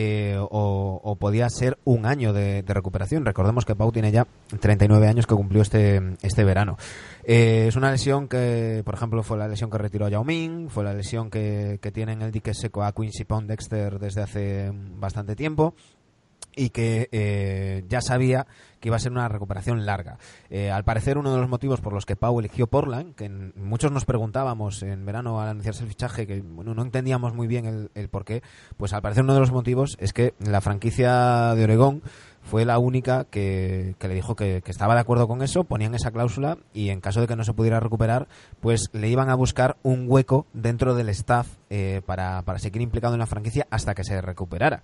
o podía ser un año de recuperación. Recordemos que Pau tiene ya 39 años, que cumplió este verano. Es una lesión que, por ejemplo, fue la lesión que retiró a Yao Ming, fue la lesión que tiene en el dique seco a Quincy Pondexter desde hace bastante tiempo, y que ya sabía que iba a ser una recuperación larga. Al parecer, uno de los motivos por los que Pau eligió Portland, que muchos nos preguntábamos en verano al anunciarse el fichaje, que bueno, no entendíamos muy bien el por qué, pues al parecer uno de los motivos es que la franquicia de Oregón fue la única que le dijo que estaba de acuerdo con eso, ponían esa cláusula, y en caso de que no se pudiera recuperar, pues le iban a buscar un hueco dentro del staff para seguir implicado en la franquicia hasta que se recuperara.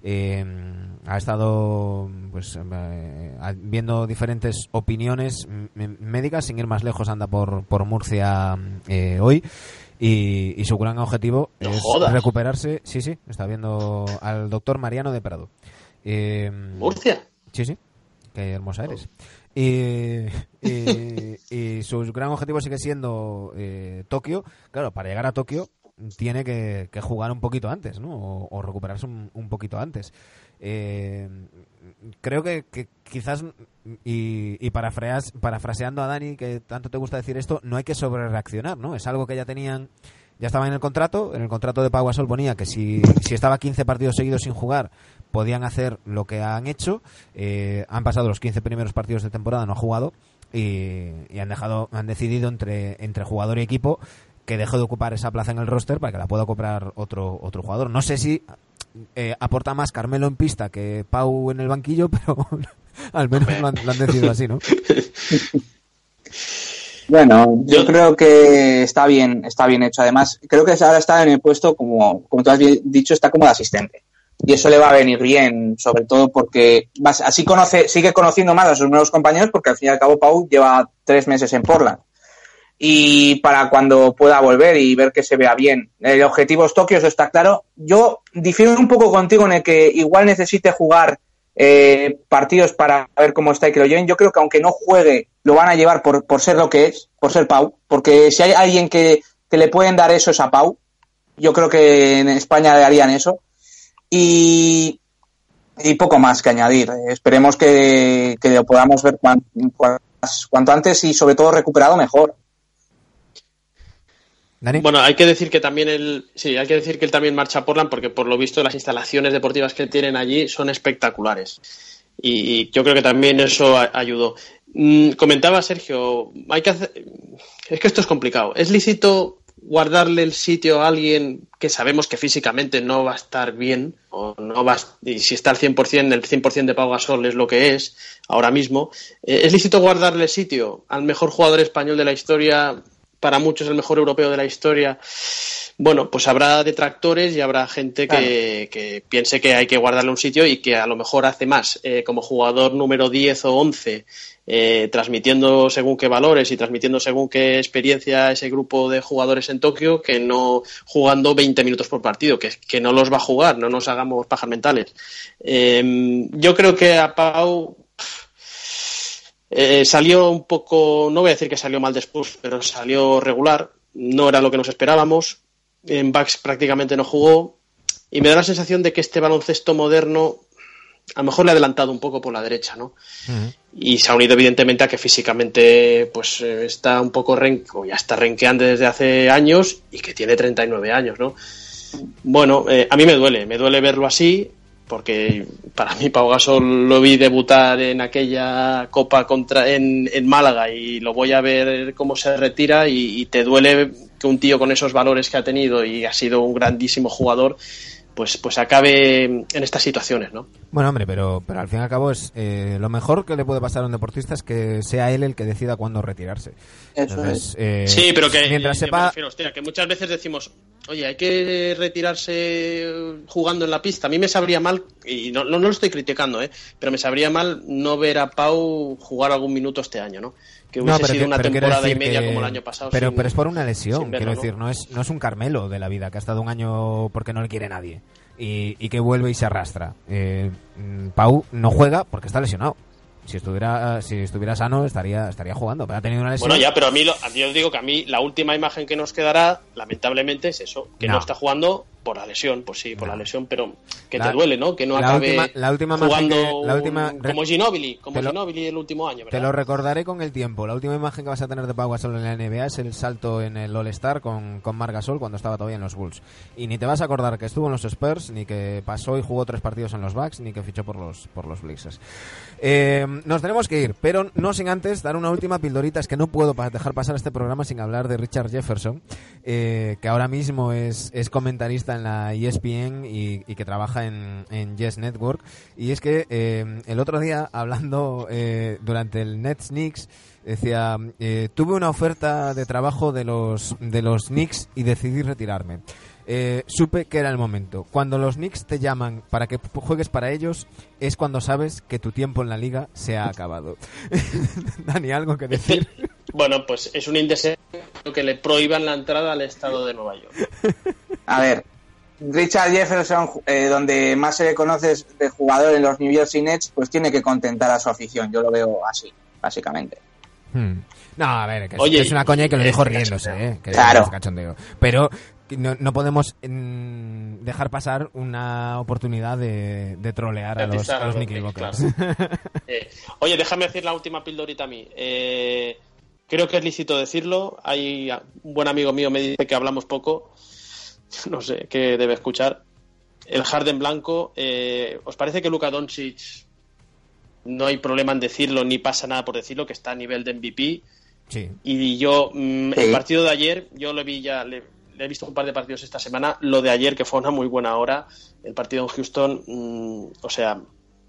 Ha estado pues viendo diferentes opiniones médicas, sin ir más lejos, anda por Murcia hoy. Y su gran objetivo es recuperarse. Sí, está viendo al doctor Mariano de Prado. ¿Murcia? Sí, qué hermosa eres. Y su gran objetivo sigue siendo Tokio. Claro, para llegar a Tokio tiene que jugar un poquito antes, ¿no? O recuperarse un poquito antes. Creo que quizás, y parafraseando a Dani, que tanto te gusta decir esto, no hay que sobrereaccionar, ¿no? Es algo que ya estaba en el contrato. En el contrato de Pau Gasol ponía que si estaba 15 partidos seguidos sin jugar, podían hacer lo que han hecho. Han pasado los 15 primeros partidos de temporada, no ha jugado, y han decidido entre jugador y equipo que deje de ocupar esa plaza en el roster para que la pueda ocupar otro jugador. No sé si aporta más Carmelo en pista que Pau en el banquillo, pero al menos lo han decidido así, ¿no? Bueno, yo creo que está bien hecho. Además, creo que ahora está en el puesto, como tú has dicho, está como de asistente. Y eso le va a venir bien, sobre todo porque así sigue conociendo más a sus nuevos compañeros, porque al fin y al cabo Pau lleva 3 meses en Portland. Y para cuando pueda volver y ver que se vea bien. El objetivo es Tokio, eso está claro. Yo difiero un poco contigo en el que igual necesite jugar partidos para ver cómo está y que lo lleven. Yo creo que aunque no juegue, lo van a llevar por ser lo que es, por ser Pau. Porque si hay alguien que le pueden dar eso es a Pau. Yo creo que en España le harían eso. Y poco más que añadir. Esperemos que lo podamos ver cuanto antes y sobre todo recuperado mejor. ¿Dani? Bueno, hay que decir que también él también marcha a Portland, porque por lo visto las instalaciones deportivas que tienen allí son espectaculares. Y yo creo que también eso ayudó. Comentaba Sergio, es que esto es complicado. ¿Es lícito guardarle el sitio a alguien que sabemos que físicamente no va a estar bien, o no va, y si está al 100%, el 100% de Pau Gasol es lo que es ahora mismo? ¿Es lícito guardarle el sitio al mejor jugador español de la historia, para muchos el mejor europeo de la historia? bueno, pues habrá detractores y habrá gente que piense que hay que guardarle un sitio y que a lo mejor hace más como jugador número 10 o 11, transmitiendo según qué valores y transmitiendo según qué experiencia ese grupo de jugadores en Tokio, que no jugando 20 minutos por partido, que no los va a jugar, no nos hagamos pajas mentales. Yo creo que a Pau salió un poco, no voy a decir que salió mal después, pero salió regular, no era lo que nos esperábamos. En Bucks prácticamente no jugó y me da la sensación de que este baloncesto moderno a lo mejor le ha adelantado un poco por la derecha, ¿no? Uh-huh. Y se ha unido evidentemente a que físicamente pues está un poco o ya está renqueando desde hace años y que tiene 39 años, ¿no? Bueno, a mí me duele verlo así, porque para mí Pau Gasol lo vi debutar en aquella Copa en Málaga y lo voy a ver cómo se retira y te duele que un tío con esos valores que ha tenido y ha sido un grandísimo jugador pues acabe en estas situaciones, ¿no? Bueno, hombre, pero al fin y al cabo es lo mejor que le puede pasar a un deportista es que sea él el que decida cuándo retirarse. Entonces, sí, pero que mientras sepa... me refiero, hostia, que muchas veces decimos, oye, hay que retirarse jugando en la pista. A mí me sabría mal, y no lo estoy criticando, pero me sabría mal no ver a Pau jugar algún minuto este año, ¿no? Que hubiese sido una temporada y media como el año pasado. Pero es por una lesión, verlo, quiero decir, no es un Carmelo de la vida que ha estado un año porque no le quiere nadie y que vuelve y se arrastra. Pau no juega porque está lesionado. Si estuviera sano estaría jugando, pero ha tenido una lesión. Bueno, ya, pero yo os digo que a mí la última imagen que nos quedará, lamentablemente, es eso, que no está jugando por la lesión, pues sí, por la lesión, pero que te duele, ¿no? Que no acabe jugando como Ginóbili el último año, ¿verdad? Te lo recordaré con el tiempo. La última imagen que vas a tener de Pau Gasol en la NBA es el salto en el All-Star con Marc Gasol cuando estaba todavía en los Bulls. Y ni te vas a acordar que estuvo en los Spurs, ni que pasó y jugó 3 partidos en los Bucks, ni que fichó por los Blazers. Nos tenemos que ir, pero no sin antes dar una última pildorita. Es que no puedo dejar pasar este programa sin hablar de Richard Jefferson, que ahora mismo es comentarista en la ESPN y que trabaja en Yes Network. Y es que el otro día, hablando durante el Nets Knicks, decía, tuve una oferta de trabajo de los Knicks y decidí retirarme. Supe que era el momento. Cuando los Knicks te llaman para que juegues para ellos, es cuando sabes que tu tiempo en la liga se ha acabado. Dani, ¿algo que decir? Bueno, pues es un indecente que le prohíban la entrada al estado de Nueva York. A ver, Richard Jefferson, donde más se le conoce de jugador en los New Jersey Nets, pues tiene que contentar a su afición. Yo lo veo así, básicamente. No, a ver, que es una coña y que lo dijo riéndose, que claro. Es cachondeo. Pero no podemos dejar pasar una oportunidad de trolear a los Knicks Buckers. Claro. Oye, déjame decir la última pildorita a mí. Creo que es lícito decirlo. Hay un buen amigo mío me dice que hablamos poco. No sé qué debe escuchar. El Harden blanco. ¿Os parece que Luka Doncic, no hay problema en decirlo ni pasa nada por decirlo, que está a nivel de MVP? Sí. Y yo, el partido de ayer, yo lo vi ya, le he visto un par de partidos esta semana. Lo de ayer, que fue una muy buena hora, el partido en Houston, o sea,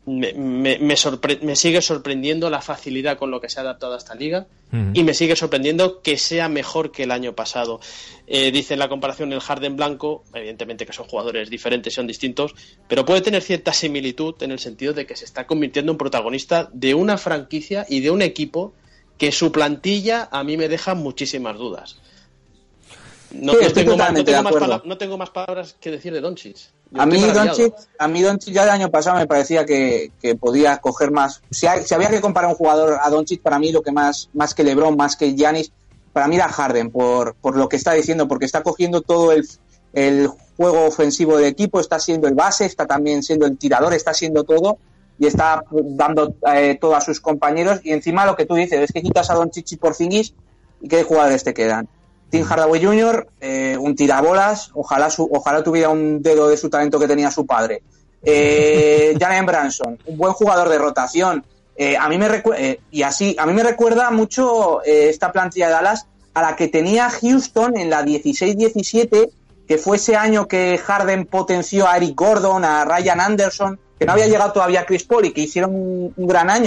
me sigue sorprendiendo la facilidad con lo que se ha adaptado a esta liga, y me sigue sorprendiendo que sea mejor que el año pasado. Dice en la comparación el Harden blanco, evidentemente que son jugadores diferentes, son distintos, pero puede tener cierta similitud en el sentido de que se está convirtiendo en protagonista de una franquicia y de un equipo que su plantilla a mí me deja muchísimas dudas. No tengo más palabras que decir de Doncic. A mí Doncic ya el año pasado me parecía que podía coger más. Si había que comparar un jugador a Doncic, para mí lo que más que LeBron, más que Giannis, para mí era Harden, por lo que está diciendo, porque está cogiendo todo el juego ofensivo del equipo, está siendo el base, está también siendo el tirador, está siendo todo y está dando todo a sus compañeros. Y encima lo que tú dices es que quitas a Doncic y Porzingis y ¿qué jugadores te quedan? Tim Hardaway Jr., un tirabolas, ojalá tuviera un dedo de su talento que tenía su padre. Jalen Brunson, un buen jugador de rotación. A mí me recuerda mucho esta plantilla de Dallas a la que tenía Houston en la 16-17, que fue ese año que Harden potenció a Eric Gordon, a Ryan Anderson, que no había llegado todavía Chris Paul y que hicieron un gran año.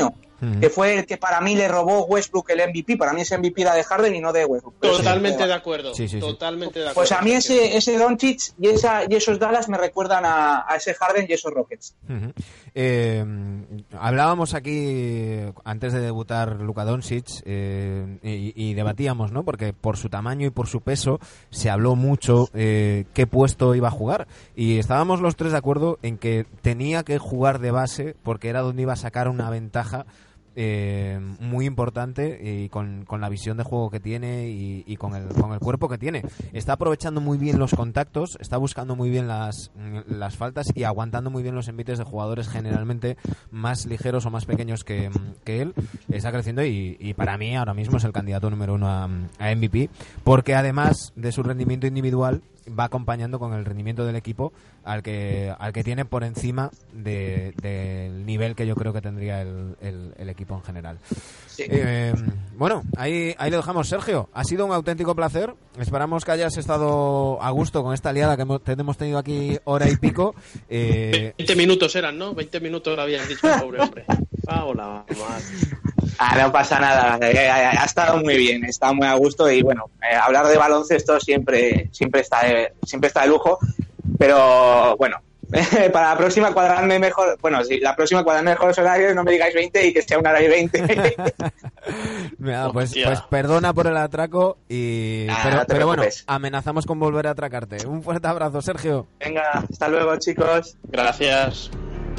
que fue el que para mí le robó Westbrook el MVP. Para mí ese MVP era de Harden y no de Westbrook. Totalmente de acuerdo. Totalmente de acuerdo. Pues a mí ese Doncic y esos Dallas me recuerdan a ese Harden y esos Rockets. Hablábamos aquí antes de debutar Luka Doncic y debatíamos, ¿no? Porque por su tamaño y por su peso se habló mucho qué puesto iba a jugar, y estábamos los tres de acuerdo en que tenía que jugar de base porque era donde iba a sacar una ventaja muy importante, y con la visión de juego que tiene y con el cuerpo que tiene. Está aprovechando muy bien los contactos, está buscando muy bien las faltas y aguantando muy bien los envites de jugadores generalmente más ligeros o más pequeños que él. Está creciendo y para mí ahora mismo es el candidato número 1 a MVP, porque además de su rendimiento individual va acompañando con el rendimiento del equipo al que tiene por encima del nivel que yo creo que tendría el equipo en general. Sí. Bueno, ahí lo dejamos, Sergio. Ha sido un auténtico placer. Esperamos que hayas estado a gusto con esta liada que hemos tenido aquí hora y pico. 20 minutos eran, ¿no? 20 minutos lo habían dicho, pobre hombre. Hola, no pasa nada. Ha estado muy bien, está muy a gusto y bueno, hablar de baloncesto siempre está de lujo, pero bueno, para la próxima cuadradme mejor, bueno, si la próxima cuadradme mejores horarios, no me digáis 20 y que sea 1 hora y 20. Mira, pues perdona por el atraco pero bueno, amenazamos con volver a atracarte. Un fuerte abrazo, Sergio. Venga, hasta luego, chicos. Gracias.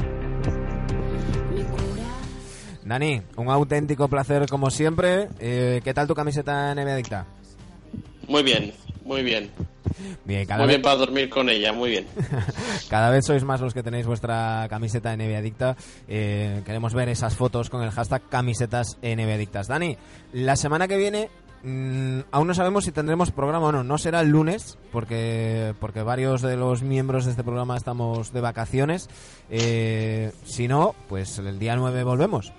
Dani, un auténtico placer como siempre. ¿Qué tal tu camiseta NBA Adicta? Muy bien, muy bien. Bien, bien para dormir con ella, muy bien. Cada vez sois más los que tenéis vuestra camiseta NBA Adicta. Queremos ver esas fotos con el hashtag camisetas NBA Adictas. Dani, la semana que viene aún no sabemos si tendremos programa o no. No será el lunes porque varios de los miembros de este programa estamos de vacaciones. Si no, pues el día 9 volvemos.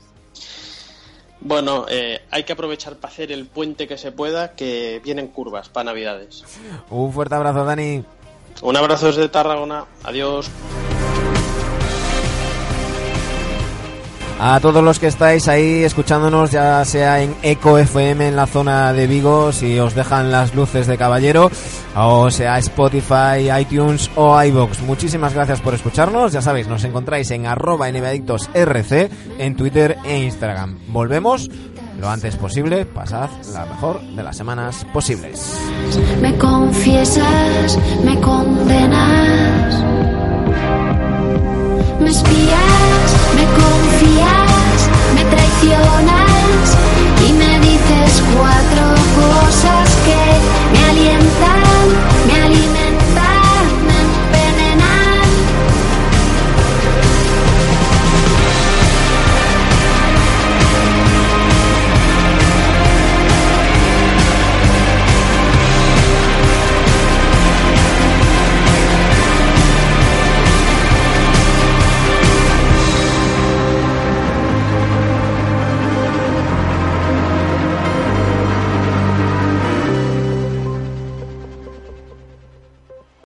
Bueno, hay que aprovechar para hacer el puente que se pueda, que vienen curvas para Navidades. Un fuerte abrazo, Dani. Un abrazo desde Tarragona. Adiós. A todos los que estáis ahí escuchándonos, ya sea en Eco FM en la zona de Vigo, si os dejan las luces de caballero, o sea Spotify, iTunes o iVoox, muchísimas gracias por escucharnos. Ya sabéis, nos encontráis en @NBAdictosRC en Twitter e Instagram. Volvemos lo antes posible. Pasad la mejor de las semanas posibles. Me confiesas, me condenas, me espías, me confías.